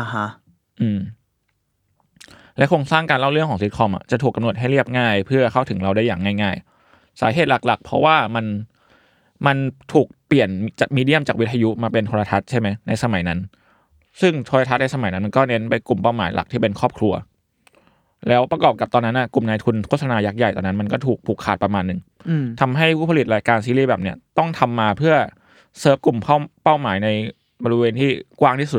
และโครงสร้างการเล่าเรื่องของซิทคอมจะถูกกำหนดให้เรียบง่ายเพื่อเข้าถึงเราได้อย่างง่ายๆสาเหตุหลักๆเพราะว่ามันถูกเปลี่ยนจากมีเดียมจากวิทยุมาเป็นโทรทัศน์ใช่ไหมในสมัยนั้นซึ่งโทรทัศน์ในสมัยนั้นมันก็เน้นไปกลุ่มเป้าหมายหลักที่เป็นครอบครัวแล้วประกอบกับตอนนั้นกลุ่มนายทุนโฆษณายักษ์ใหญ่ตอนนั้นมันก็ถูกผูกขาดประมาณนึงทำให้ผู้ผลิตรายการซีรีส์แบบเนี้ยต้องทำมาเพื่อเซิร์ฟกลุ่มเป้าหมายในบริเวณที่กว้างที่สุด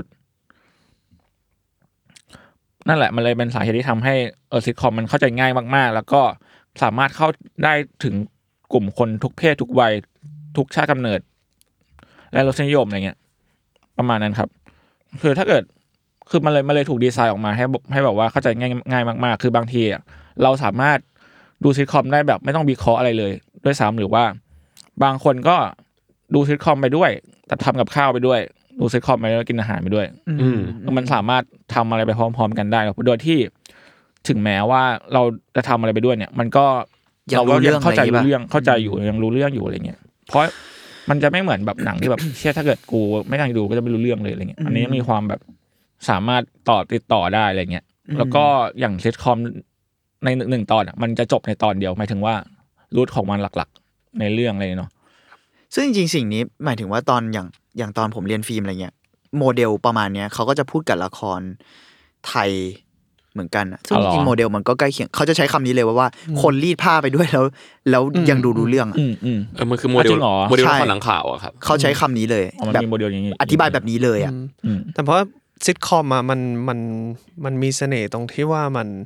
นั่นแหละมันเลยเป็นสาเหตุที่ทำให้ซิทคอมมันเข้าใจง่ายมากๆแล้วก็สามารถเข้าได้ถึงกลุ่มคนทุกเพศทุกวัยทุกชาติกำเนิดและรสนิยมอะไรเงี้ยประมาณนั้นครับคือถ้าเกิดคือมันเลยถูกดีไซน์ออกมาให้แบบว่าเข้าใจง่ายมากๆคือบางทีเราสามารถดูซิทคอมได้แบบไม่ต้องวิเคราะห์อะไรเลยด้วยซ้ำหรือว่าบางคนก็ดูซิทคอมไปด้วยแต่ทำกับข้าวไปด้วยดูซิทคอมไปแล้วกินอาหารไปด้วยมันสามารถทำอะไรไปพร้อมๆกันได้โดยที่ถึงแม้ว่าเราจะทำอะไรไปด้วยเนี่ยมันก็เราก็ยังเข้าใจอยู่ยังรู้เรื่องอยู่อะไรเงี้ยเพราะมันจะไม่เหมือนแบบหนังที่แบบเชื่อถ้าเกิดกูไม่นั่งดูก็จะไม่รู้เรื่องเลยอะไรเงี้ยอันนี้มีความแบบสามารถติดต่อได้อะไรเงี้ยแล้วก็อย่างซิทคอมใน1ตอนมันจะจบในตอนเดียวหมายถึงว่ารูทของมันหลักๆในเรื่องอะไรเนาะซึ่งจริงๆสิ่งนี้หมายถึงว่าตอนอย่างตอนผมเรียนฟิล์มอะไรเงี้ยโมเดลประมาณเนี้ยเขาก็จะพูดกับละครไทยเหมือนกันซึ่งจริงๆโมเดลมันก็ใกล้เคียงเขาจะใช้คำนี้เลยว่าคนรีดผ้าไปด้วยแล้วยังดูเรื่องมันคือโมเดลของหนังข่าวอะครับเขาใช้คำนี้เลยแบบโมเดลอย่างนี้อธิบายแบบนี้เลยแต่เพราะซิทคอมมันมีเสน่ห์ตรงที่ว่ามัน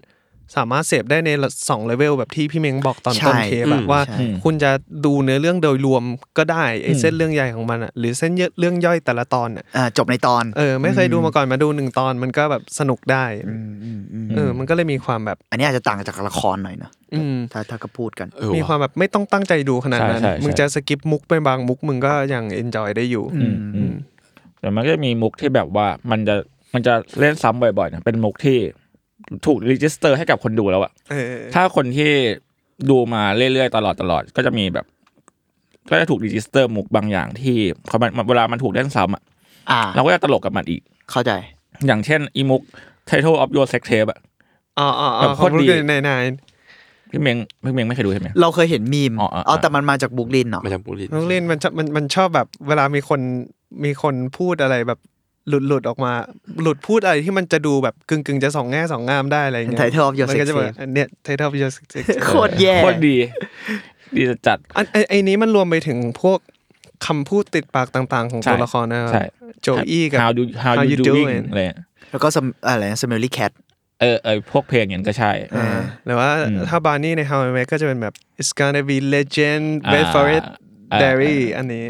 สามารถเสพได้ใน2เลเวลแบบที่พี่เม้งบอกตอนต้นเทปแบบว่าคุณจะดูเนื้อเรื่องโดยรวมก็ได้ไอ้เส้นเรื่องใหญ่ของมันอ่ะหรือเส้นเรื่องย่อยแต่ละตอนอ่ะจบในตอนไม่เคยดูมาก่อนมาดู1ตอนมันก็แบบสนุกได้มันก็เลยมีความแบบอันนี้อาจจะต่างจากละครหน่อยนะถ้าก็พูดกันมีความแบบไม่ต้องตั้งใจดูขนาดนั้นมึงจะสกิปมุกไปบางมุกมึงก็ยังเอนจอยได้อยู่แต่มันก็จะมีมุกที่แบบว่ามันจะเล่นซ้ำบ่อยๆนะเป็นมุกที่ถูกรีจิสเตอร์ให้กับคนดูแล้วอะถ้าคนที่ดูมาเรื่อยๆตลอดก็จะมีแบบก็จะถูกรีจิสเตอร์มุกบางอย่างที่เวลามันถูกเล่นซ้ำอะเราก็จะตลกกับมันอีกเข้าใจอย่างเช่นอีมุก Title of Your Sex Tape อะแบบโคตรดีในพี่เมงไม่เคยดูใช่ไหมเราเคยเห็นมีมแต่มันมาจากบุ๊กลินเนาะมาจากบุ๊กลินมันชอบแบบเวลามีคนพูดอะไรแบบหลุดออกมาหลุดพูดอะไรที่มันจะดูแบบกึ่งจะสองแง่สองงามได้อะไรเงี้ย Title of Your Sex Tape เนี่ย Title of Your Sex Tape โคตรแย่โคตรดีจัดไอ้นี้มันรวมไปถึงพวกคำพูดติดปากต่างๆของตัวละครนะครับโจอี้กับ How you doing อะไรแล้วก็อะไร Smelly Cat พวกเพลงอย่างก็ใช่หรือว่าถ้าบาร์นี่ใน How I Met ก็จะเป็นแบบ It's gonna be legend wait for it Derry อันนี้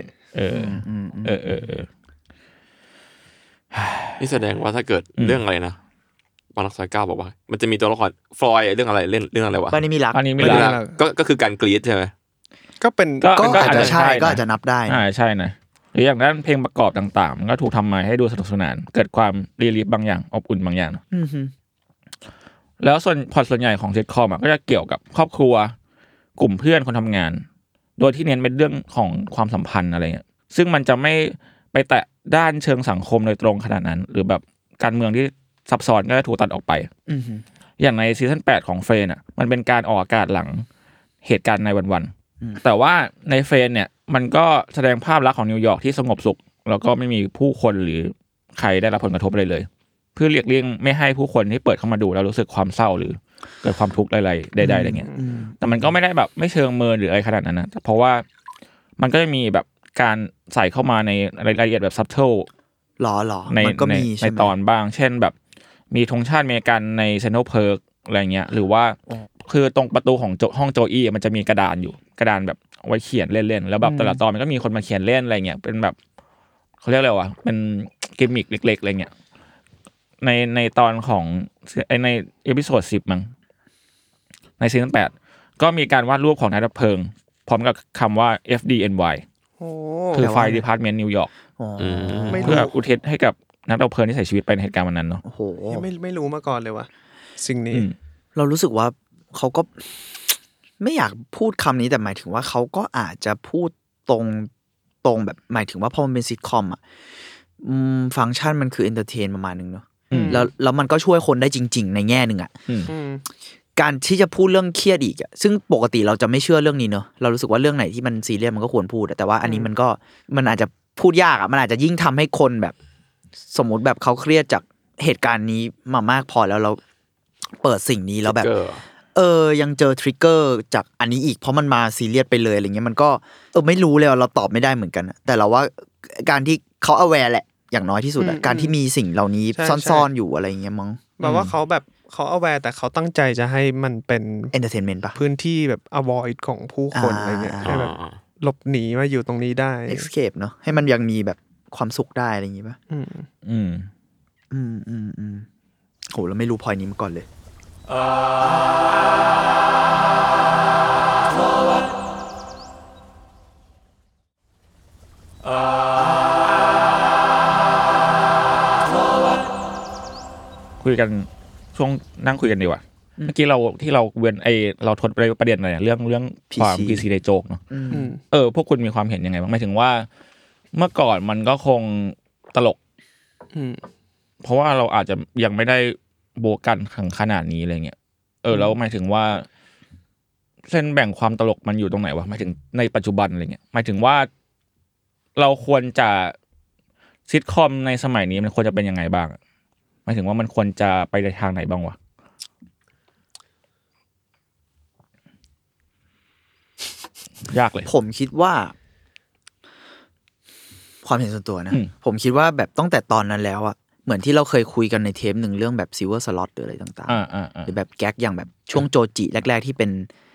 นี่แสดงว่าถ้าเกิดเรื่องอะไรนะบางรักซอย9บอกว่ามันจะมีตัวละครฟลอยเรื่องอะไรเล่นเรื่องอะไรวะบ้านนี้มีรักก็คือการกรี๊ดใช่ไหมก็เป็นก็อาจจะใช่ก็อาจจะนับได้ใช่นะหรืออย่างนั้นเพลงประกอบต่างๆมันก็ถูกทำมาให้ดูสนุกสนานเกิดความรีลีฟบางอย่างอบอุ่นบางอย่างแล้วพอส่วนใหญ่ของซิทคอมก็จะเกี่ยวกับครอบครัวกลุ่มเพื่อนคนทำงานโดยที่เน้นเป็นเรื่องของความสัมพันธ์อะไรเงี้ยซึ่งมันจะไม่ไปแตะด้านเชิงสังคมโดยตรงขนาดนั้นหรือแบบการเมืองที่ซับซ้อนก็จะถูกตัดออกไปอย่างในซีซั่น8ของเฟรนมันเป็นการออกอากาศหลังเหตุการณ์ในวันๆแต่ว่าในเฟรนเนี่ยมันก็แสดงภาพลักษณ์ของนิวยอร์กที่สงบสุขแล้วก็ไม่มีผู้คนหรือใครได้รับผลกระทบเลยเพื่อเลี่ยงไม่ให้ผู้คนที่เปิดเข้ามาดูแล้วรู้สึกความเศร้าหรือเกิดความทุกข์อะไรใดๆอะไรเงี้ยแต่มันก็ไม่ได้แบบไม่เชิงเมินหรืออะไรขนาดนั้นนะเพราะว่ามันก็จะมีแบบการใส่เข้ามาในรายละเอียดแบบซับเทิลในตอนบ้างเช่นแบบมีธงชาติอเมริกันในเซนทรัลเพิร์กอะไรเงี้ยหรือว่าคือตรงประตูของห้องโจอี้มันจะมีกระดานอยู่กระดานแบบไว้เขียนเล่นๆแล้วแบบแต่ละตอนมันก็มีคนมาเขียนเล่นอะไรเงี้ยเป็นแบบเขาเรียกอะไรวะเป็นกิมมิคเล็กๆอะไรเงี้ยในตอนของในเอพิโซด10มั้งในซีซั่น8ก็มีการวาดรูปของนายดับเพลิงพร้อมกับคำว่า FDNY คือไฟดีพาร์ตเมนต์นิวยอร์กเพื่ออุทิศให้กับนักดับเพลิงที่เสียชีวิตไปในเหตุการณ์วันนั้นเนาะไม่รู้มาก่อนเลยว่ะสิ่งนี้เรารู้สึกว่าเขาก็ไม่อยากพูดคำนี้แต่หมายถึงว่าเขาก็อาจจะพูดตรงแบบหมายถึงว่าพอมันเป็นซิทคอมฟังก์ชันมันคือเอนเตอร์เทนประมาณนึงเนาะแล้วมันก็ช่วยคนได้จริงๆในแง่นึงการที่จะพูดเรื่องเครียดอีกซึ่งปกติเราจะไม่เชื่อเรื่องนี้เนอะเรารู้สึกว่าเรื่องไหนที่มันซีเรียสมันก็ควรพูดแต่ว่าอันนี้มันอาจจะพูดยากมันอาจจะยิ่งทำให้คนแบบสมมติแบบเขาเครียดจากเหตุการณ์นี้มามากพอแล้วเราเปิดสิ่งนี้แล้วแบบยังเจอทริกเกอร์จากอันนี้อีกเพราะมันมาซีเรียสไปเลยอะไรเงี้ยมันก็ไม่รู้เลยเราตอบไม่ได้เหมือนกันแต่เราว่าการที่เขาawareแหละอย่างน้อยที่สุดการที่มีสิ่งเหล่านี้ซ่อนๆอยู่อะไรเงี้ยมั้งแบบว่าเขาaware แต่เขาตั้งใจจะให้มันเป็น entertainment ป่ะพื้นที่แบบ avoid ของผู้คนอะไรเงี้ยให้แบบหลบหนีมาอยู่ตรงนี้ได้ escape เนาะให้มันยังมีแบบความสุขได้อะไรอย่างงี้ป่ะโหเราไม่รู้พอยนี้มาก่อนเลยคุยกันช่วงนั่งคุยกันดีกว่าเมื่อกี้เราเวียนเราทดประเด็นอะไรเรื่องความ PC ในโจกเนาะพวกคุณมีความเห็นยังไงบ้างหมายถึงว่าเมื่อก่อนมันก็คงตลกเพราะว่าเราอาจจะยังไม่ได้โบกันขนาดนี้อะไรเงี้ยแล้วหมายถึงว่าเส้นแบ่งความตลกมันอยู่ตรงไหนวะหมายถึงในปัจจุบันอะไรเงี้ยหมายถึงว่าเราควรจะซิทคอมในสมัยนี้มันควรจะเป็นยังไงบ้างหมายถึงว่ามันควรจะไปในทางไหนบ้างวะยากเลยผมคิดว่าความเห็นส่วนตัวนะผมคิดว่าแบบตั้งแต่ตอนนั้นแล้วอะเหมือนที่เราเคยคุยกันในเทปหนึ่งเรื่องแบบ Silver Slot หรืออะไรต่างๆหรือแบบแก๊กอย่างแบบช่วงโจจิแรกๆที่เป็น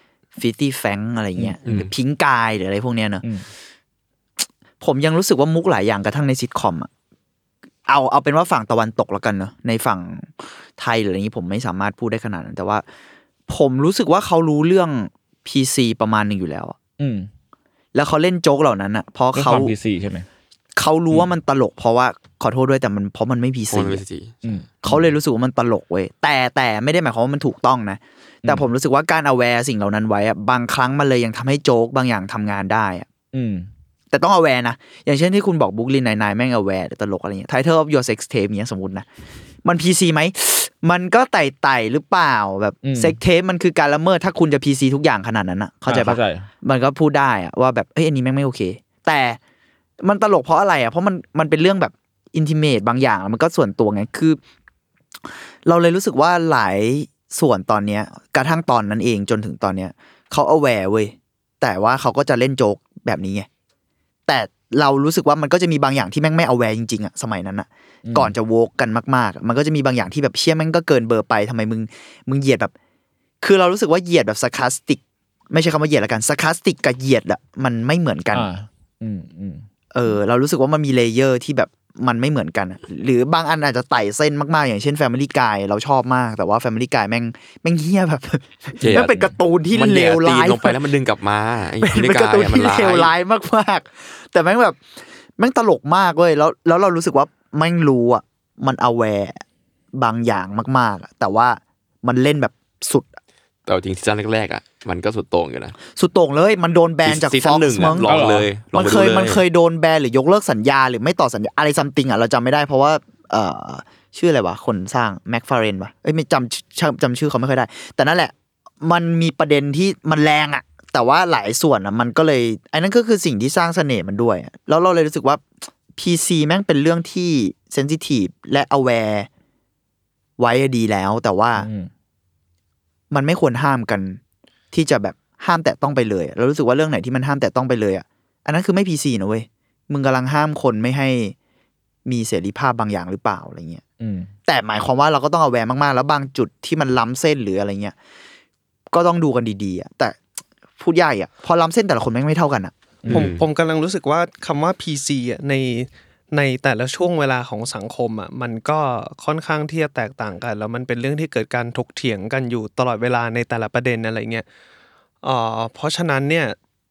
50 Frank อะไรเงี้ยหรือพิงกายหรืออะไรพวกเนี้ยเนอะผมยังรู้สึกว่ามุกหลายอย่างกระทั่งในซิทคอมอ่ะเอาเป็นว่าฝั่งตะวันตกแล้วกันเนอะในฝั่งไทยหรืออะไรอย่างนี้ผมไม่สามารถพูดได้ขนาดนั้นแต่ว่าผมรู้สึกว่าเขารู้เรื่อง PC ประมาณนึงอยู่แล้วแล้วเขาเล่นโจ๊กเหล่านั้นอ่ะเพราะเขา PC ใช่ไหมเขารู้ว่ามันตลกเพราะว่าขอโทษด้วยแต่มันเพราะมันไม่ PC เขาเลยรู้สึกว่ามันตลกเว้ยแต่ไม่ได้หมายความว่ามันถูกต้องนะแต่ผมรู้สึกว่าการ aware สิ่งเหล่านั้นไว้อ่ะบางครั้งมันเลยยังทำให้โจ๊กบางอย่างทำงานได้อ่ะแต่ต้อง aware นะอย่างเช่นที่คุณบอก Brooklyn Nine-Nine แม่ง aware ตลกอะไรเงี้ย Title of Your Sex Tape เงี้ยสมมุตินะมัน PC ไหมมันก็ไต่หรือเปล่าแบบ Sex Tape มันคือการละเมิดถ้าคุณจะ PC ทุกอย่างขนาดนั้นน่ะเข้าใจปะมันก็พูดได้อะว่าแบบเอ้ยอันนี้แม่งไม่โอเคแต่มันตลกเพราะอะไรอ่ะเพราะมันเป็นเรื่องแบบ intimate บางอย่างมันก็ส่วนตัวไงคือเราเลยรู้สึกว่าหลายส่วนตอนเนี้ยกระทั่งตอนนั้นเองจนถึงตอนเนี้ยเขา aware เว้ยแต่ว่าเขาก็จะเล่นโจ๊กแบบนี้ไงแต่เรารู้สึกว่ามันก็จะมีบางอย่างที่แม่งไม่ aware จริงๆอ่ะสมัยนั้นอ่ะก่อนจะโวกกันมากๆมันก็จะมีบางอย่างที่แบบเชี่ยแม่งก็เกินเบอร์ไปทำไมมึงเหยียดแบบคือเรารู้สึกว่าเหยียดแบบ sarcastic ไม่ใช่คำว่าเหยียดละกัน sarcastic กับเหยียดอ่ะมันไม่เหมือนกันเรารู้สึกว่ามันมีเลเยอร์ที่แบบมันไม่เหมือนกันหรือบางอันอาจจะไต่เส้นมากๆอย่างเช่น Family Guy เราชอบมากแต่ว่า Family Guy แม่งเหี้ยแบบมันเป็นการ์ตูนที่เลวร้ายลงไปแล้วมันดึงกลับมาเป็นการ์ตูนที่เลวร้ายมากๆแต่แม่งแบบแม่งตลกมากเว้ยแล้วเรารู้สึกว่าแม่งรู้อ่ะมัน aware บางอย่างมากๆแต่ว่ามันเล่นแบบสุดแต่จริงซีซั่นแรกๆอ่ะมันก็สุดโต่งอยู่นะสุดโต่งเลยมันโดนแบนจาก Fox มั้งลองเลยมันเคยโดนแบนหรือยกเลิกสัญญาหรือไม่ต่อสัญญาอะไรซัมติงอ่ะเราจำไม่ได้เพราะว่าชื่ออะไรวะคนสร้างแม็กฟาเรนป่ะไม่จำชื่อเขาไม่ค่อยได้แต่นั่นแหละมันมีประเด็นที่มันแรงอ่ะแต่ว่าหลายส่วนอ่ะมันก็เลยไอ้นั่นก็คือสิ่งที่สร้างเสน่ห์มันด้วยแล้วเราเลยรู้สึกว่า PC แม่งเป็นเรื่องที่เซนซิทีฟและ aware ไว้ดีแล้วแต่ว่ามันไม่ควรห้ามกันที่จะแบบห้ามแตะต้องไปเลยเรารู้สึกว่าเรื่องไหนที่มันห้ามแตะต้องไปเลยอ่ะอันนั้นคือไม่ PC นะเว้ยมึงกำลังห้ามคนไม่ให้มีเสรีภาพบางอย่างหรือเปล่าอะไรเงี้ยแต่หมายความว่าเราก็ต้องเอาแวร์มากๆแล้วบางจุดที่มันล้ำเส้นหรืออะไรเงี้ยก็ต้องดูกันดีๆอ่ะแต่พูดยากอ่ะพอล้ำเส้นแต่ละคนไม่เท่ากันอ่ะผมกำลังรู้สึกว่าคำว่า PC อ่ะในแต่ละช่วงเวลาของสังคมอ่ะมันก็ค่อนข้างที่จะแตกต่างกันแล้วมันเป็นเรื่องที่เกิดการถกเถียงกันอยู่ตลอดเวลาในแต่ละประเด็นอะไรเงี้ยเพราะฉะนั้นเนี่ย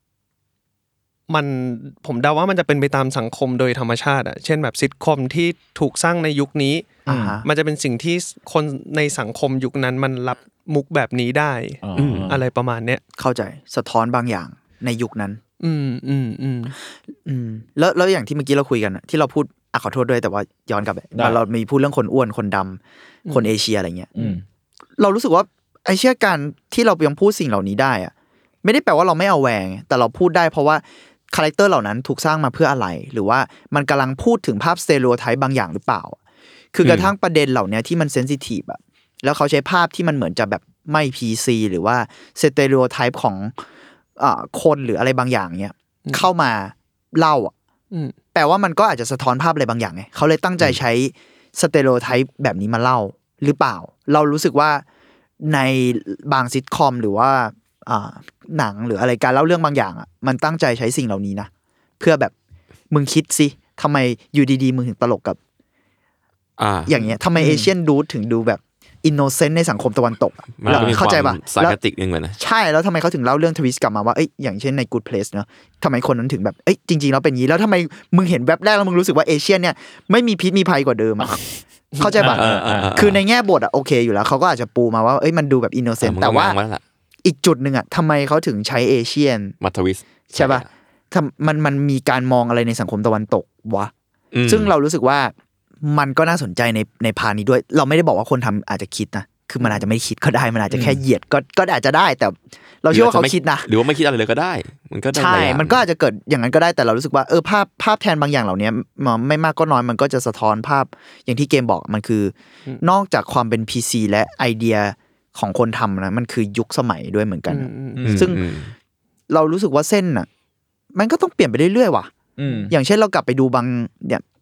ผมเดาว่ามันจะเป็นไปตามสังคมโดยธรรมชาติอ่ะเช่นแบบซิทคอมที่ถูกสร้างในยุคนี้มันจะเป็นสิ่งที่คนในสังคมยุคนั้นมันรับมุกแบบนี้ได้อะไรประมาณเนี้ยเข้าใจสะท้อนบางอย่างในยุคนั้นแล้วอย่างที่เมื่อกี้เราคุยกันที่เราพูดขอโทษด้วยแต่ว่าย้อนกลับไปเรามีพูดเรื่องคนอ้วนคนดำคนเอเชียอะไรเงี้ยเรารู้สึกว่าไอ้เชื่อการที่เรายังพูดสิ่งเหล่านี้ได้อะไม่ได้แปลว่าเราไม่เอาแหวงแต่เราพูดได้เพราะว่าคาแรคเตอร์เหล่านั้นถูกสร้างมาเพื่ออะไรหรือว่ามันกำลังพูดถึงภาพสเตอริโอไทป์บางอย่างหรือเปล่าคือกระทั่งประเด็นเหล่านี้ที่มันเซนซิทีฟอะแล้วเขาใช้ภาพที่มันเหมือนจะแบบไม่ PC หรือว่าสเตอริโอไทป์ของคนหรืออะไรบางอย่างเนี้ยเข้ามาเล่าอ่ะแปลว่ามันก็อาจจะสะท้อนภาพอะไรบางอย่างไงเขาเลยตั้งใจใช้สเตอริโอไทป์แบบนี้มาเล่าหรือเปล่าเรารู้สึกว่าในบางซิทคอมหรือว่าหนังหรืออะไรการเล่าเรื่องบางอย่างอ่ะมันตั้งใจใช้สิ่งเหล่านี้นะเพื่อแบบมึงคิดสิทำไมอยู่ดีๆมึงถึงตลกกับอย่างเงี้ยทำไมเอเชียนดูถึงดูแบบอินโนเซนต์ในสังคมตะวันตกเราเข้าใจป่ะไซคาติกนึงเหมือนนะใช่แล้วทำไมเขาถึงเล่าเรื่องทวิสต์กลับมาว่าเอ้ยอย่างเช่นใน Good Place เนอะทำไมคนนั้นถึงแบบเอ้ยจริงๆแล้วเป็นอย่างนี้แล้วทำไมมึงเห็นแวบแรกแล้วมึงรู้สึกว่าเอเชียนเนี่ยไม่มีพิษมีภัยกว่าเดิมเข้าใจป่ะคือในแง่บทอ่ะโอเคอยู่แล้วเขาก็อาจจะปูมาว่าเอ้ยมันดูแบบอินโนเซนต์แต่ว่าอีกจุดนึงอ่ะทำไมเขาถึงใช้เอเชียนมาทวิสต์ใช่ป่ะมันมีการมองอะไรในสังคมตะวันตกวะซึ่งเรารู้สึกว่ามันก็น่าสนใจในพานี้ด้วยเราไม่ได้บอกว่าคนทำอาจจะคิดนะคือมันอาจจะไม่คิดก็ได้มันอาจจะแค่เหยียดก็อาจจะได้แต่เราเชื่อว่าเขาคิดนะหรือว่าไม่คิดอะไรเลยก็ได้มันก็ได้ใช่มันก็อาจจะเกิดอย่างนั้นก็ได้แต่เรารู้สึกว่าภาพแทนบางอย่างเหล่านี้ไม่มากก็น้อยมันก็จะสะท้อนภาพอย่างที่เกมบอกมันคือนอกจากความเป็น PC และไอเดียของคนทำนะมันคือยุคสมัยด้วยเหมือนกันซึ่งเรารู้สึกว่าเส้นน่ะมันก็ต้องเปลี่ยนไปเรื่อยๆว่ะอย่างเช่นเรากลับไปดูบางเนี่ย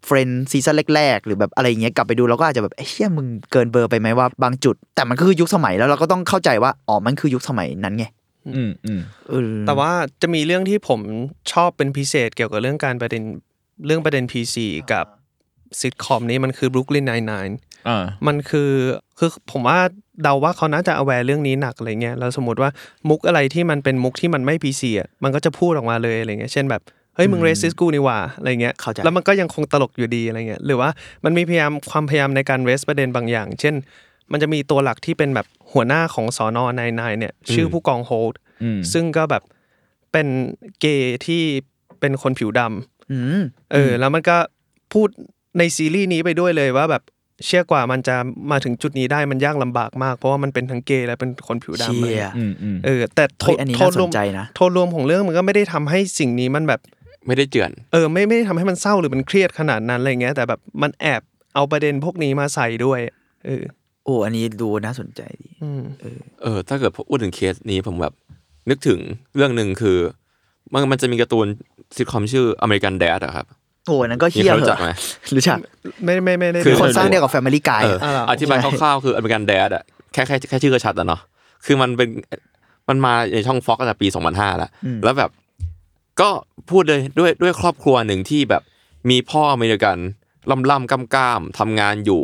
เฟรนด์ซีซั่นแรกๆหรือแบบอะไรอย่างเงี้ยกลับไปดูเราก็อาจจะแบบเหี้ยมึงเกินเบอร์ไปไหมว่าบางจุดแต่มันก็คือยุคสมัยแล้วเราก็ต้องเข้าใจว่าอ๋อมันคือยุคสมัยนั้นไงแต่ว่าจะมีเรื่องที่ผมชอบเป็นพิเศษเกี่ยวกับเรื่องประเด็น PC กับซิทคอมนี้มันคือ Brooklyn Nine-Nine มันคือผมว่าเดาว่าเขาน่าจะ aware เรื่องนี้หนักอะไรเงี้ยแล้วสมมติว่ามุกอะไรที่มันเป็นมุกที่มันไม่ PC อ่ะมันก็จะพูดออกมาเลยอะไรเงี้ยเช่นแบบเฮ้ยมึง racist กูนี่หว่าอะไรเงี้ยแล้วมันก็ยังคงตลกอยู่ดีอะไรเงี้ยหรือว่ามันมีความพยายามในการ raise ประเด็นบางอย่างเช่นมันจะมีตัวหลักที่เป็นแบบหัวหน้าของสน. 9-9เนี่ยชื่อผู้กองโฮลด์ซึ่งก็แบบเป็นเกย์ที่เป็นคนผิวดำแล้วมันก็พูดในซีรีส์นี้ไปด้วยเลยว่าแบบเชื่อกว่ามันจะมาถึงจุดนี้ได้มันยากลำบากมากเพราะว่ามันเป็นทั้งเกย์และเป็นคนผิวดำเลยแต่โทษรวมของเรื่องมันก็ไม่ได้ทำให้สิ่งนี้มันแบบไม่ได้เจือนไม่ได้ทำให้มันเศร้าหรือมันเครียดขนาดนั้นอะไรเงี้ยแต่แบบมันแอบเอาประเด็นพวกนี้มาใส่ด้วยอันนี้ดูน่าสนใจดีถ้าเกิดพูดถึงเคสนี้ผมแบบนึกถึงเรื่องนึงคือมันจะมีการ์ตูนซิทคอมชื่อ American Dad อะครับนั้นก็เหี้ยรู้จักมั้ยรู้จักไม่ได้คือคนสร้างเดียวกับ Family Guy อธิบายคร่าวๆคือ American Dad อ่ะแค่ชื่อก็ชัดแล้วเนาะคือมันมาในช่อง Fox ตั้งแต่ปี2005แล้วแบบก็พูดเลยด้วยครอบครัวหนึ่งที่แบบมีพ่ออเมริกันล่ำๆก้ามๆทำงานอยู่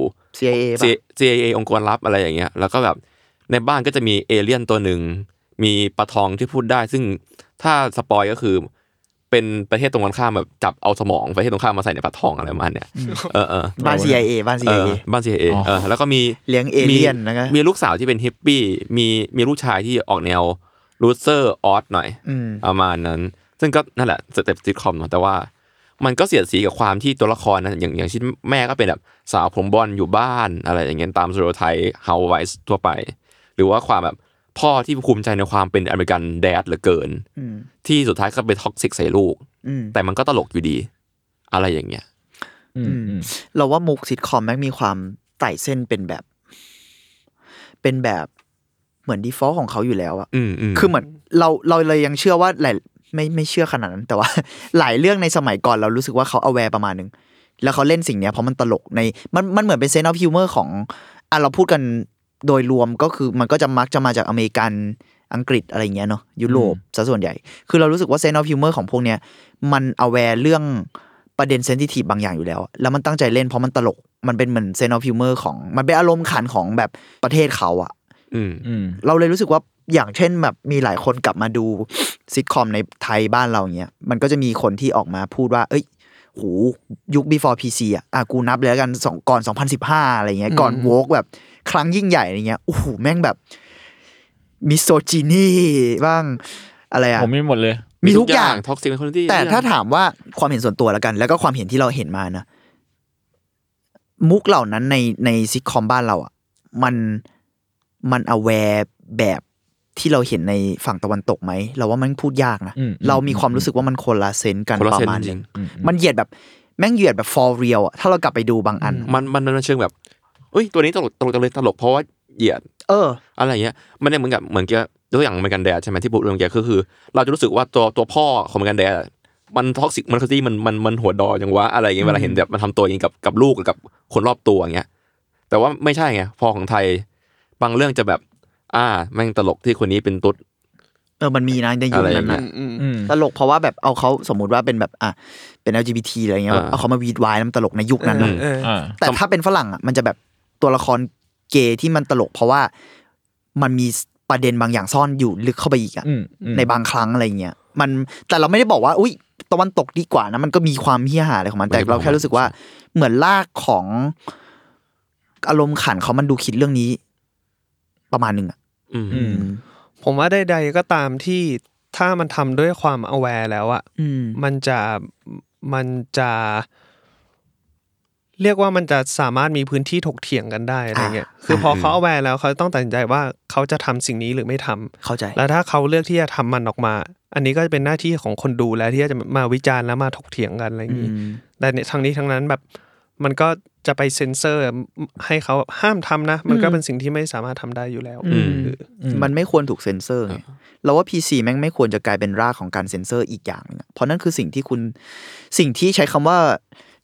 CIA องค์กรลับอะไรอย่างเงี้ยแล้วก็แบบในบ้านก็จะมีเอเลี่ยนตัวนึงมีปลาทองที่พูดได้ซึ่งถ้าสปอยก็คือเป็นประเทศตรงกันข้ามแบบจับเอาสมองประเทศตรงข้ามมาใส่ในปลาทองอะไรประมาณเนี้ยบ้าน CIA บ้าน CIA แล้วก็มีเลี้ยงเอเลี่ยนนะครับมีลูกสาวที่เป็นฮิปปี้มีลูกชายที่ออกแนวลูเซอร์ออสหน่อยประมาณนั้นซึ่งก็นั่นแหละสเต็ปซิทคอมแต่ว่ามันก็เสียดสีกับความที่ตัวละครนั้นอย่างเช่นแม่ก็เป็นแบบสาวผมบอลอยู่บ้านอะไรอย่างเงี้ยตามสโตรไทป์เฮาส์ไวส์ทั่วไปหรือว่าความแบบพ่อที่ภูมิใจในความเป็นอเมริกันแดดเหลือเกินที่สุดท้ายก็เป็นท็อกซิกใส่ลูกแต่มันก็ตลกอยู่ดีอะไรอย่างเงี้ยเราว่ามุกซิทคอมแม่งมีความไต่เส้นเป็นแบบเหมือนดีฟอลต์ของเขาอยู่แล้วอะคือเหมือนเราเลยยังเชื่อว่าไม่เชื่อขนาดนั้นแต่ว่าหลายเรื่องในสมัยก่อนเรารู้สึกว่าเขาเอาแวร์ประมาณนึงแล้วเขาเล่นสิ่งเนี้ยเพราะมันตลกในมันเหมือนเป็นเซนส์ออฟฮิวเมอร์ของเราพูดกันโดยรวมก็คือมันก็จะมักจะมาจากอเมริกันอังกฤษอะไรเงี้ยเนาะยุโรปซะส่วนใหญ่คือเรารู้สึกว่าเซนส์ออฟฮิวเมอร์ของพวกเนี้ยมันเอาแวร์เรื่องประเด็นเซนซิทีฟบางอย่างอยู่แล้วแล้วมันตั้งใจเล่นเพราะมันตลกมันเป็นเหมือนเซนส์ออฟฮิวเมอร์ของมันเป็นอารมณ์ขันของแบบประเทศเขาอะเราเลยรู้สึกว่าอย่างเช่นแบบมีหลายคนกลับมาดูซิทคอมในไทยบ้านเราเงี้ยมันก็จะมีคนที่ออกมาพูดว่าเอ้ยโหยุค before PC กูนับเลยแล้วกันก่อน2015อะไรเงี้ยก่อนโวกแบบครั้งยิ่งใหญ่อะไรเงี้ยโอ้โหแม่งแบบมิโซจินีบ้างอะไรผมมีหมดเลยมีทุกอย่างท็อกซิกคนที่แต่ถ้าถามว่าความเห็นส่วนตัวแล้วกันแล้วก็ความเห็นที่เราเห็นมานะมุกเหล่านั้นในซิทคอมบ้านเรามันaware แบบที่เราเห็นในฝั่งตะวันตกไหมเราว่ามันพูดยากนะเรามีความรู้สึกว่ามันคนละเซนส์กันประมาณนึงมันเหยียดแบบแม่งเหยียดแบบ for real ถ้าเรากลับไปดูบางอันมันเชิงแบบเอ้ยตัวนี้ตลกจังเลยตลกเพราะว่าเหยียดอะไรอย่างเงี้ยมันเหมือนกับตัวอย่างอเมริกันแดดใช่ไหมที่พูดเรื่องแกคือเราจะรู้สึกว่าตัวพ่อของอเมริกันแดดมันท็อกซิกมันคือที่มันหัวดออย่างวะอะไรอย่างเงี้ยเวลาเห็นแบบมันทำตัวอย่างนี้กับลูกกับคนรอบตัวอย่างเงี้ยแต่ว่าไม่ใช่ไงพอของไทยบางเรื่องจะแบบแม่งตลกที่คนนี้เป็นตุ๊ดมันมีนะในยุคนั้นนะตลกเพราะว่าแบบเอาเขาสมมุติว่าเป็นแบบเป็น LGBT อะไรเงี้ยเอาเขามาวีดวายน้ำตลกในยุคนั้นนะแต่ถ้าเป็นฝรั่งมันจะแบบตัวละครเกย์ที่มันตลกเพราะว่ามันมีประเด็นบางอย่างซ่อนอยู่ลึกเข้าไปอีกในบางครั้งอะไรเงี้ยมันแต่เราไม่ได้บอกว่าอุ้ยตะวันตกดีกว่านะมันก็มีความเหี้ยหาอะไรของมันแต่เราแค่รู้สึกว่าเหมือนรากของอารมณ์ขันเขามันดูคิดเรื่องนี้ประมาณนึงผมว่าใดๆก็ตามที่ถ้ามันทำด้วยความ aware แล้วมันจะเรียกว่ามันจะสามารถมีพื้นที่ถกเถียงกันได้อะไรเงี้ยคือพอเขา aware แล้วเขาต้องตัดสินใจว่าเขาจะทำสิ่งนี้หรือไม่ทำเข้าใจแล้วถ้าเขาเลือกที่จะทำมันออกมาอันนี้ก็จะเป็นหน้าที่ของคนดูแล้วที่จะมาวิจารณ์แล้วมาถกเถียงกันอะไรอย่างนี้แต่ทั้งนี้ทั้งนั้นแบบมันก็จะไปเซ็นเซอร์ให้เขาห้ามทำนะมันก็เป็นสิ่งที่ไม่สามารถทำได้อยู่แล้วมันไม่ควรถูกเซ็นเซอร์ไงเราว่า PC แม่งไม่ควรจะกลายเป็นรากของการเซ็นเซอร์อีกอย่างนึงเพราะนั่นคือสิ่งที่ใช้คำว่า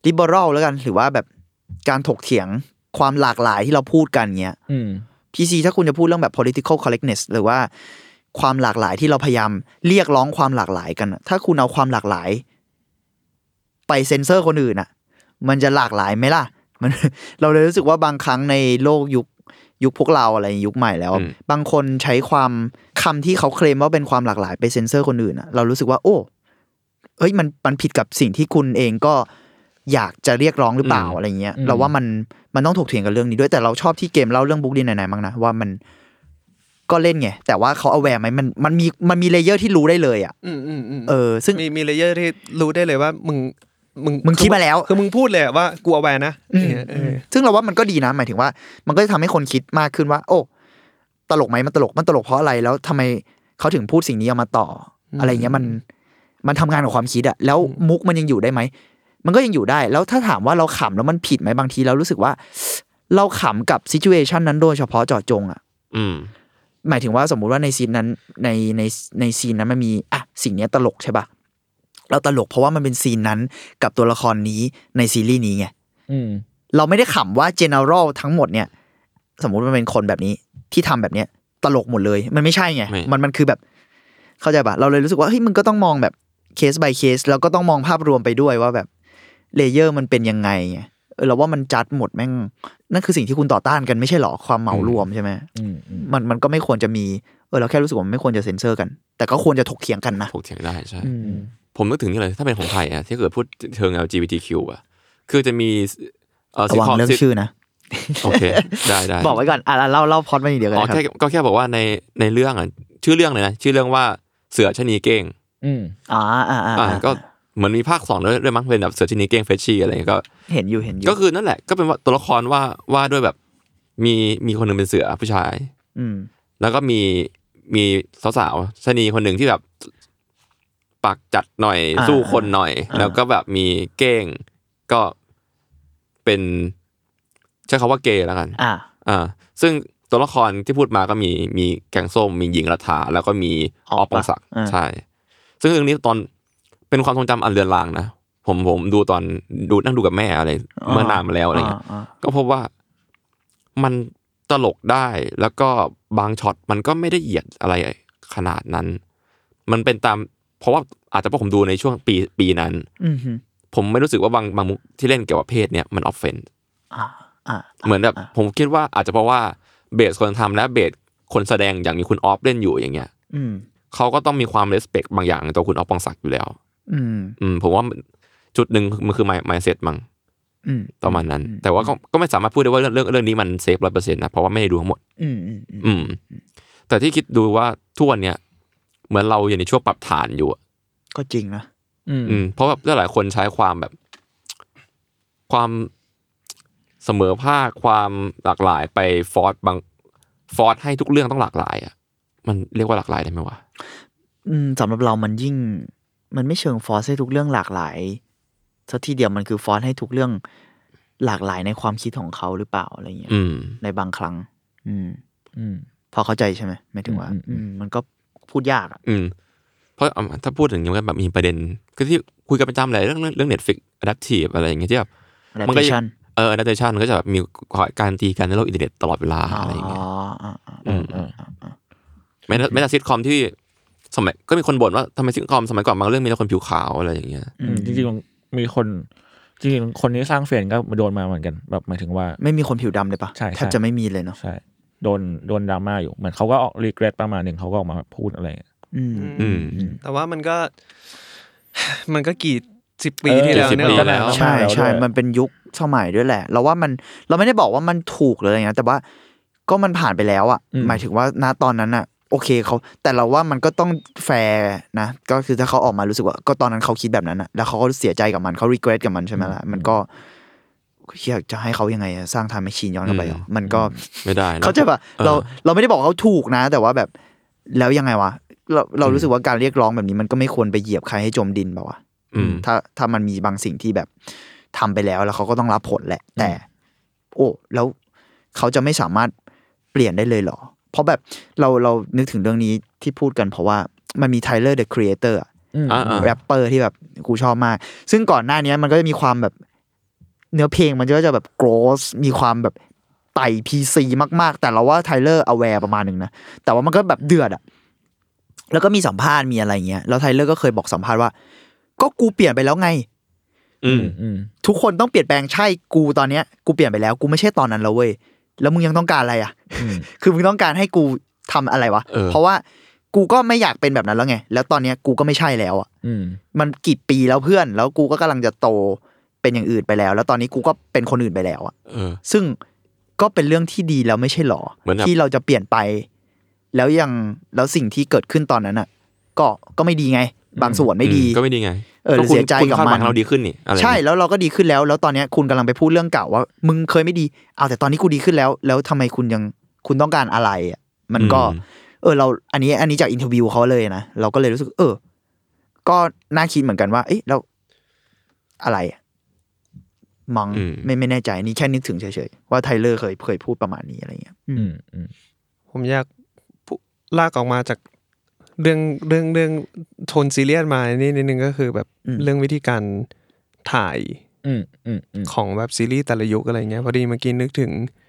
liberal แล้วกันหรือว่าแบบการถกเถียงความหลากหลายที่เราพูดกันเงี้ยPC ถ้าคุณจะพูดเรื่องแบบ political correctness หรือว่าความหลากหลายที่เราพยายามเรียกร้องความหลากหลายกันถ้าคุณเอาความหลากหลายไปเซ็นเซอร์คนอื่นมันจะหลากหลายไหมล่ะมัน เราเลยรู้สึกว่าบางครั้งในโลกยุคพวกเราอะไรยุคใหม่แล้วบางคนใช้ความคำที่เขาเคลมว่าเป็นความหลากหลายไปเซ็นเซอร์คนอื่นเรารู้สึกว่าโอ้เฮ้ยมันผิดกับสิ่งที่คุณเองก็อยากจะเรียกร้องหรือเปล่าอะไรเงี้ยเราว่ามันต้องถกเถียงกันเรื่องนี้ด้วยแต่เราชอบที่เกมเล่าเรื่องบุ๊กลินไหนๆมั้งนะว่ามันก็เล่นไงแต่ว่าเขาเอาแวร์ไหมมันมีเลเยอร์ที่รู้ได้เลยซึ่งมีเลเยอร์ที่รู้ได้เลยว่ามึงคิดมาแล้วคือมึงพูดเลยว่ากูเอาแวร์นะซึ่งเราว่ามันก็ดีนะหมายถึงว่ามันก็จะทำให้คนคิดมากขึ้นว่าโอ้ตลกไหมมันตลกเพราะอะไรแล้วทำไมเขาถึงพูดสิ่งนี้เอามาต่ออะไรเงี้ยมันทำงานกับความคิดแล้วมุกมันยังอยู่ได้ไหมมันก็ยังอยู่ได้แล้วถ้าถามว่าเราขำแล้วมันผิดไหมบางทีเรารู้สึกว่าเราขำกับซิจูเอชันนั้นโดยเฉพาะเจาะจงหมายถึงว่าสมมุติว่าในซีนนั้นในซีนนั้นมันมีสิ่งนี้ตลกใช่ป่ะเราตลกเพราะว่ามันเป็นซีนนั้นกับตัวละครนี้ในซีรีส์นี้ไงเราไม่ได้ขำว่า general ทั้งหมดเนี่ยสมมุติมันเป็นคนแบบนี้ที่ทำแบบเนี้ยตลกหมดเลยมันไม่ใช่ไงมันคือแบบเข้าใจป่ะเราเลยรู้สึกว่าเฮ้ยมึงก็ต้องมองแบบเคส by เคสแล้วก็ต้องมองภาพรวมไปด้วยว่าแบบเลเยอร์มันเป็นยังไงเราว่ามันจัดหมดแม่งนั่นคือสิ่งที่คุณต่อต้านกันไม่ใช่หรอความเหมารวมใช่ไหมมันก็ไม่ควรจะมีเราแค่รู้สึกว่ามันไม่ควรจะเซ็นเซอร์กันแต่ก็ควรจะถกเถียงกันนะถกเถียงได้ใช่ผมนึกถึงนี่เลยถ้าเป็นของไทยที่เกิดพูดเชิง LGBTQ คือจะมีระวังเรื่องชื่อนะโอเคได้บอกไว้ก่อนเล่าพอดมาอีกเดียวกันครับก็แค่บอกว่าในเรื่องชื่อเรื่องเลยนะชื่อเรื่องว่าเสือชะนีเก้งก็เหมือนมีภาค2ด้วยมั้งเป็นแบบเสือชะนีเก้งเฟชชี่อะไรก็เห็นอยู่ก็คือนั่นแหละก็เป็นว่าตัวละครว่าด้วยแบบมีคนนึงเป็นเสือผู้ชายแล้วก็มีสาวๆชะนีคนนึงที่แบบปากจัดหน่อยสู้คนหน่อยแล้วก็แบบมีเก้งก็เป็นใช้คำว่าเกย์แล้วกันซึ่งตัวละครที่พูดมาก็มีแกงส้มมีหญิงรัฐาแล้วก็มีออฟปองศักดิ์ใช่ซึ่งเรื่องนี้ตอนเป็นความทรงจำอันเลือนลางนะผมดูตอนนั่งดูกับแม่อะไรเมื่อนานมาแล้วอะไรเงี้ยก็พบว่ามันตลกได้แล้วก็บางช็อตมันก็ไม่ได้เหยียดอะไรขนาดนั้นมันเป็นตามเพราะว่าอาจจะเพราะผมดูในช่วงปีนั้นผมไม่รู้สึกว่าบางมุกที่เล่นเกี่ยวกับเพศเนี่ยมันออฟเฟนเหมือนแบบผมคิดว่าอาจจะเพราะว่าเบสคนทำและเบสคนแสดงอย่างมีคุณออฟเล่นอยู่อย่างเงี้ยเขาก็ต้องมีความเรสเพคบางอย่างในตัวคุณออฟปองศักดิ์อยู่แล้วผมว่าจุดหนึ่งมันคือ mindset มั้งประมาณนั้นแต่ว่าก็ไม่สามารถพูดได้ว่าเรื่องนี้มันเซฟ 100% นะเพราะว่าไม่ได้ดูทั้งหมดแต่ที่คิดดูว่าทุกวันเนี้ยเหมือนเราอยู่ในช่วงปรับฐานอยู่ก็จริงนะเพราะแบบหลายคนใช้ความแบบความเสมอภาคความหลากหลายไปฟอร์สให้ทุกเรื่องต้องหลากหลายมันเรียกว่าหลากหลายได้ไหมวะสำหรับเรามันยิ่งมันไม่เชิงฟอร์สให้ทุกเรื่องหลากหลายสักทีเดียวมันคือฟอร์สให้ทุกเรื่องหลากหลายในความคิดของเขาหรือเปล่าอะไรเงี้ยในบางครั้งพอเข้าใจใช่ไหมหมายถึงว่ามันก็พูดยากเพราะถ้าพูดถึงอย่างนี้แบบมีประเด็นก็ที่คุยกันประจำเลยเรื่อง Netflix Adaptive อะไรอย่างเงี้ยที่แบบมันก็ adaptation ก็จะแบบมีการตีกันในโลกอินเทอร์เน็ตตลอดเวลาอะไรอย่างเงี้ยไม่แต่ซิทคอมที่สมัยก็มีคนบ่นว่าทำไมซิทคอมสมัยก่อนบางเรื่องมีแต่คนผิวขาวอะไรอย่างเงี้ยจริงๆมีคนจริงๆคนนี้สร้างเฟรนก็โดนมาเหมือนกันแบบหมายถึงว่าไม่มีคนผิวดำเลยปะแทบจะไม่มีเลยเนาะใช่โดนดราม่าอยู่เหมือนเขาก็ออกรีเกรสประมาณนึงเขาก็ออกมาพูดอะไรแต่ว่ามันก็กี่10 ปีที่แล้วเนี่ยใช่มันเป็นยุคสมัยด้วยแหละเราว่าเราไม่ได้บอกว่ามันถูกเลยอะไรเงี้ยแต่ว่าก็มันผ่านไปแล้วหมายถึงว่าณตอนนั้นโอเคเขาแต่เราว่ามันก็ต้องแฟร์นะก็คือถ้าเขาออกมารู้สึกว่าก็ตอนนั้นเขาคิดแบบนั้นแล้วเขาก็เสียใจกับมันเขารีเกรสกับมันใช่ไหมล่ะมันก็อยากจะให้เขายังไงสร้างไทม์แมชชีนย้อนกลับไปมันก็ไม่ได้เขาใจป่ะเราไม่ได้บอกเขาถูกนะแต่ว่าแบบแล้วยังไงวะเรารู้สึกว่าการเรียกร้องแบบนี้มันก็ไม่ควรไปเหยียบใครให้จมดินแบบว่าถ้ามันมีบางสิ่งที่แบบทำไปแล้วเขาก็ต้องรับผลแหละแต่โอ้แล้วเขาจะไม่สามารถเปลี่ยนได้เลยเหรอเพราะแบบเรานึกถึงเรื่องนี้ที่พูดกันเพราะว่ามันมี Tyler the Creator แรปเปอร์ที่แบบกูชอบมากซึ่งก่อนหน้านี้มันก็จะมีความแบบเนื้อเพลงมันก็จะแบบโกรสมีความแบบไต่ PC มากๆแต่เราว่าไทเลอร์ aware ประมาณนึงนะแต่ว่ามันก็แบบเดือดอ่ะแล้วก็มีสัมภาษณ์มีอะไรเงี้ยแล้วไทเลอร์ก็เคยบอกสัมภาษณ์ว่าก็กูเปลี่ยนไปแล้วไงทุกคนต้องเปลี่ยนแปลงใช่กูตอนเนี้ยกูเปลี่ยนไปแล้วกูไม่ใช่ตอนนั้นแล้วเว้ยแล้วมึงยังต้องการอะไรอ่ะคือมึงต้องการให้กูทำอะไรวะเพราะว่ากูก็ไม่อยากเป็นแบบนั้นแล้วไงแล้วตอนเนี้ยกูก็ไม่ใช่แล้วอ่ะมันกี่ปีแล้วเพื่อนแล้วกูก็กำลังจะโตเป็นอย่างอื่นไปแล้วแล้วตอนนี้กูก็เป็นคนอื่นไปแล้วอ่ะซึ่งก็เป็นเรื่องที่ดีแล้วไม่ใช่หรอที่เราจะเปลี่ยนไปแล้วสิ่งที่เกิดขึ้นตอนนั้นอ่ะก็ไม่ดีไงบางส่วนไม่ดีก็ไม่ดีไงเสียใจกับมันเราดีขึ้นนี่ใช่แล้วเราก็ดีขึ้นแล้วตอนนี้คุณกำลังไปพูดเรื่องเก่าว่ามึงเคยไม่ดีเอาแต่ตอนนี้กูดีขึ้นแล้วทำไมคุณต้องการอะไรอ่ะมันก็เราอันนี้จากอินเทอร์วิวเขาเลยนะเราก็เลยรู้สึกก็น่าคิดเหมือนกันว่าเอ๊ะแล้วอะไรมั้งไม่แน่ใจนี่แค่นึกถึงเฉยๆว่าไทเลอร์เคยพูดประมาณนี้อะไรเงี้ยผมอยากลากออกมาจากเรื่องโทนซีเรียสมานี่นิดนึงก็คือแบบเรื่องวิธีการถ่ายของแบบซีรีส์แต่ละยุคอะไรเงี้ยพอดีเมื่อกี้นึกถึง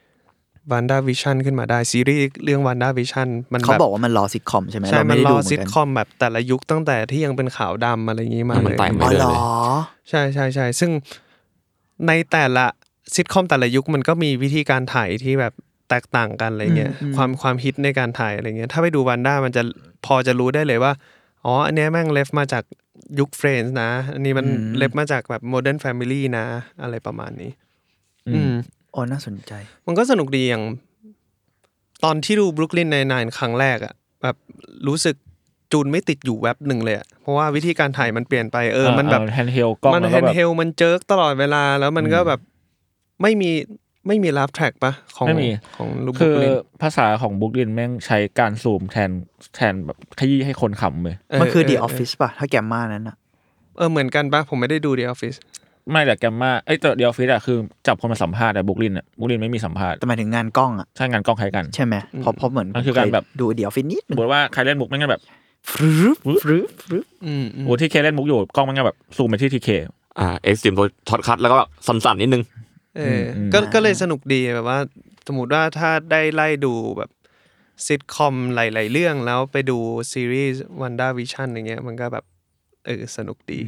WandaVision ขึ้นมาได้ซีรีส์เรื่อง WandaVision มันเขาบอกว่ามันรอซิทคอมใช่ไหมใช่มันรอซิทคอมแบบแต่ละยุคตั้งแต่ที่ยังเป็นขาวดำอะไรอย่างงี้มาเลยอ๋อเหรอใช่ซึ่งในแต่ละซิทคอมแต่ละยุคมันก็มีวิธีการถ่ายที่แบบแตกต่างกันอะไรเงี้ยความฮิตในการถ่ายอะไรเงี้ยถ้าไปดูวันด้ามันจะพอจะรู้ได้เลยว่าอ๋ออันเนี้ยแม่งเลฟมาจากยุค Friends นะอันนี้มันเลฟมาจากแบบ Modern Family นะอะไรประมาณนี้อ๋อน่าสนใจมันก็สนุกดีอย่างตอนที่ดู Brooklyn Nine-Nine ครั้งแรกอ่ะแบบรู้สึกจูนไม่ติดอยู่แวบหนึ่งเลยอ่ะเพราะว่าวิธีการถ่ายมันเปลี่ยนไปมันแบบแฮนด์เฮลกล้องมันแฮนด์เฮลมันเจิร์กตลอดเวลาแล้วมันก็แบบไม่มีลาฟแทร็กปะของลูกบุ๊กลินคือภาษาของบุ๊กลินแม่งใช้การซูมแทนแบบขยี้ให้คนขำเลยมันคือ The Office ป่ะถ้าแกมมานั้นน่ะเหมือนกันปะผมไม่ได้ดู The Office ไม่แต่แกมมาแต่ The Office อ่ะคือจับคนมาสัมภาษณ์แต่บุ๊กลินไม่มีสัมภาษณ์แต่หมายถึงงานกล้องอ่ะใช่งานกล้องคล้ายกันใช่ไหมเพราะเหมือนมันคือการแบบดู The Office นิดนึงบอกว่าใครเล่นบุ๊กแม่งแบบฟรึบโอ้ที่เคเล่นบุ๊กอยู่กล้องแม่งแบบซูมไปที่ทีเคเอ็กซ์ตรีมช็อตคัทแล้วก็สั่นๆนิดนึงก็เลยสนุกดีแบบว่าสมมุติว่าถ้าได้ไล่ดูแบบซิทคอมหลายๆเรื่องแล้วไปดูซีรีส์ WandaVision อย่างเงี้ยมันก็แบบสนุกดี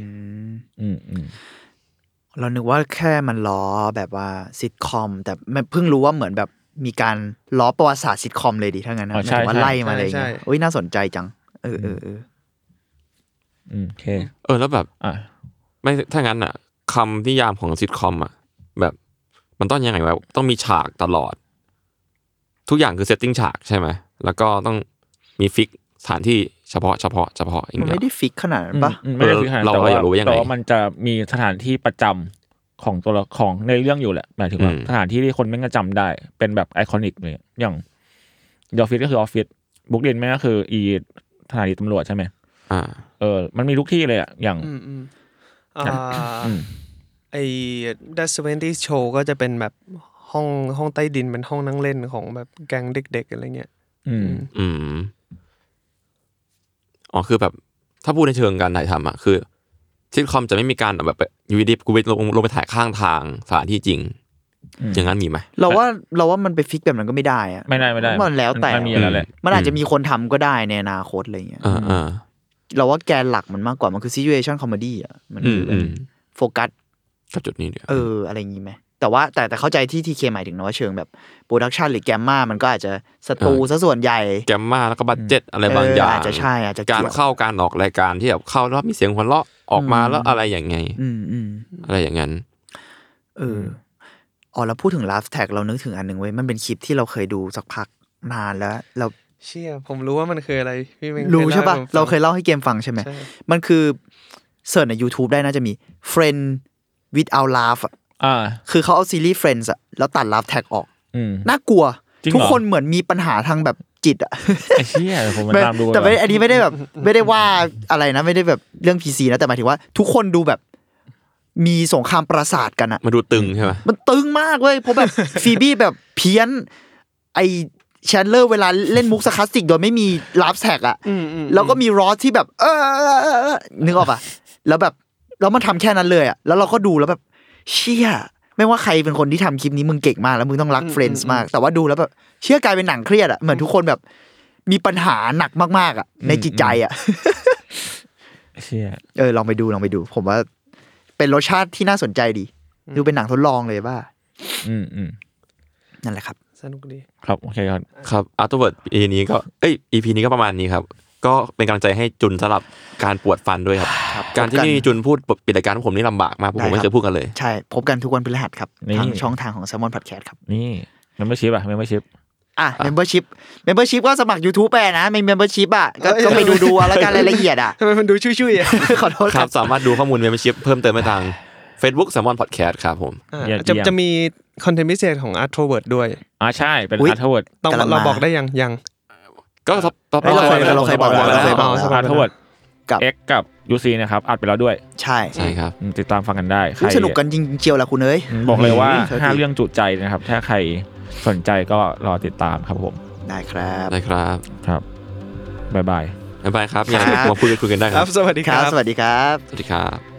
เรานึกว่าแค่มันล้อแบบว่าซิทคอมแต่เพิ่งรู้ว่าเหมือนแบบมีการล้อประวัติศาสตร์ซิทคอมเลยดิถ้างั้นนะหมายถึงว่าไล่มาอะไรเงี้ยโอ้ยน่าสนใจจังโอเคแล้วแบบไม่ถ้างั้นอ่ะคำนิยามของซิทคอมอ่ะแบบมันต้องยังไงวะต้องมีฉากตลอดทุกอย่างคือเซตติ้งฉากใช่ไหมแล้วก็ต้องมีฟิกสถานที่เฉพาะอย่างเงี้ยไม่ได้ฟิกขนาดนั้นปะไม่ได้ฟิกขนาดเราอยากรู้ว่ายังไงแต่ว่ามันจะมีสถานที่ประจำของตัวของในเรื่องอยู่แหละหมายถึงว่าสถานที่ที่คนไม่ก็จำได้เป็นแบบไอคอนิกเลยอย่างออฟฟิศก็คือออฟฟิศบุ๊กลินแม่ก็คือสถานีตำรวจใช่ไหมมันมีทุกที่เลยอ่ะอย่างไอ้ The 70's Show ก็จะเป็นแบบห้องใต้ดินเป็นห้องนั่งเล่นของแบบแก๊งเด็กๆอะไรเงี้ยคือแบบถ้าพูดในเชิงการถ่ายทำอ่ะคือซิทคอมจะไม่มีการแบบอยู่ดีกูไปลงไปถ่ายข้างทางสถานที่จริงอย่างนั้นมีไหมเราว่ามันไปฟิกแบบนั้นก็ไม่ได้อ่ะไม่ได้มันแล้วแต่มันอาจจะมีคนทำก็ได้ในอนาคตอะไรเงี้ยเราว่าแกนหลักมันมากกว่ามันคือ situation comedy อ่ะมันคือโฟกัสกับจุดนี้เดียวอะไรอย่างงี้ไหมแต่ว่าแต่เข้าใจที่ทีเคหมายถึงนะว่าเชิงแบบโปรดักชันหรือแกมมามันก็อาจจะสตูซะส่วนใหญ่แกมมาแล้วก็บัดเจ็ตอะไรบางอย่างอาจจะใช่อาจจะการเข้าการออกรายการที่แบบเข้าแล้วมีเสียงหัวเราะออกมาแล้วอะไรอย่างไงอะไรอย่างนั้นแล้วพูดถึง Laugh Tag เรานึกถึงอันนึงเว้ยมันเป็นคลิปที่เราเคยดูสักพักนานแล้วเราเชี่ยผมรู้ว่ามันคืออะไรพี่เม้งรู้ใช่ป่ะเราเคยเล่าให้เกมฟังใช่ไหมมันคือเสิร์ชใน YouTube ได้น่าจะมี Friend Without Laugh คือเขาเอาซีรีส์ Friends อ่ะแล้วตัด Laugh Tag ออกน่ากลัวทุกคนเหมือนมีปัญหาทางแบบจิตอ่ะไอ้เชี่ยผมมาตามดูแต่อันนี้ไม่ได้แบบไม่ได้ว่าอะไรนะไม่ได้แบบเรื่อง PC นะแต่หมายถึงว่าทุกคนดูแบบมีสงครามประสาทกันอ่ะมันดูตึงใช่ไหมมันตึงมากเว้ยเพราะแบบฟีบี้แบบเพี้ยนไอแชนเลอร์เวลาเล่นมุกซาร์คาสติกโดยไม่มีลับแท็กอ่ะแล้วก็มีรอสที่แบบนึกออกป่ะแล้วแบบแล้วมันทำแค่นั้นเลยอ่ะแล้วเราก็ดูแล้วแบบเชี่ยไม่ว่าใครเป็นคนที่ทำคลิปนี้มึงเก่งมากแล้วมึงต้องรัก Friends มากแต่ว่าดูแล้วแบบเชื่อกลายเป็นหนังเครียดอ่ะเหมือนทุกคนแบบมีปัญหาหนักมากๆอ่ะในจิตใจอ่ะเชี่ยลองไปดูผมว่าเป็นรสชาติที่น่าสนใจดีดูเป็นหนังทดลองเลยว่านั่นแหละครับสนุกดีครับโอเคครับ Afterward EP นี้ก็EP นี้ก็ประมาณนี้ครับก็เป็นกำลังใจให้จุนสำหรับการปวดฟันด้วยครับการที่มีจุนพูดปิดรายการของผมนี่ลำบากมากผมไม่เคยพูดกันเลยใช่พบกันทุกวันพฤหัสครับทางช่องทางของ Salmon Podcast ครับนี่ membership membership membership ก็สมัคร YouTube ไปนะมี membership อ่ะก็ไปดูๆแล้วกันรายละเอียดอ่ะทำไมมันดูชุ่ยๆอ่ะขอโทษครับสามารถดูข้อมูล membership เพิ่มเติมได้ทาง Facebook Salmon Podcast ครับผมจะมีคอนเทนต์พิเศษของ Artwork ด้วยใช่เป็น Artwork ต้องเราบอกได้ยังก็เราเคยบอกแล้ว Artwork กับ X กับ UC นะครับอัดไปแล้วด้วยใช่ครับติดตามฟังกันได้สนุกกันจริงเชียวล่ะคุณเอ้ยบอกเลยว่า5เรื่องจุใจนะครับถ้าใครสนใจก็รอติดตามครับผมได้ครับครับบ๊ายบายครับอยากมาคุยกันได้ครับสวัสดีครับสวัสดีครับสวัสดีครับ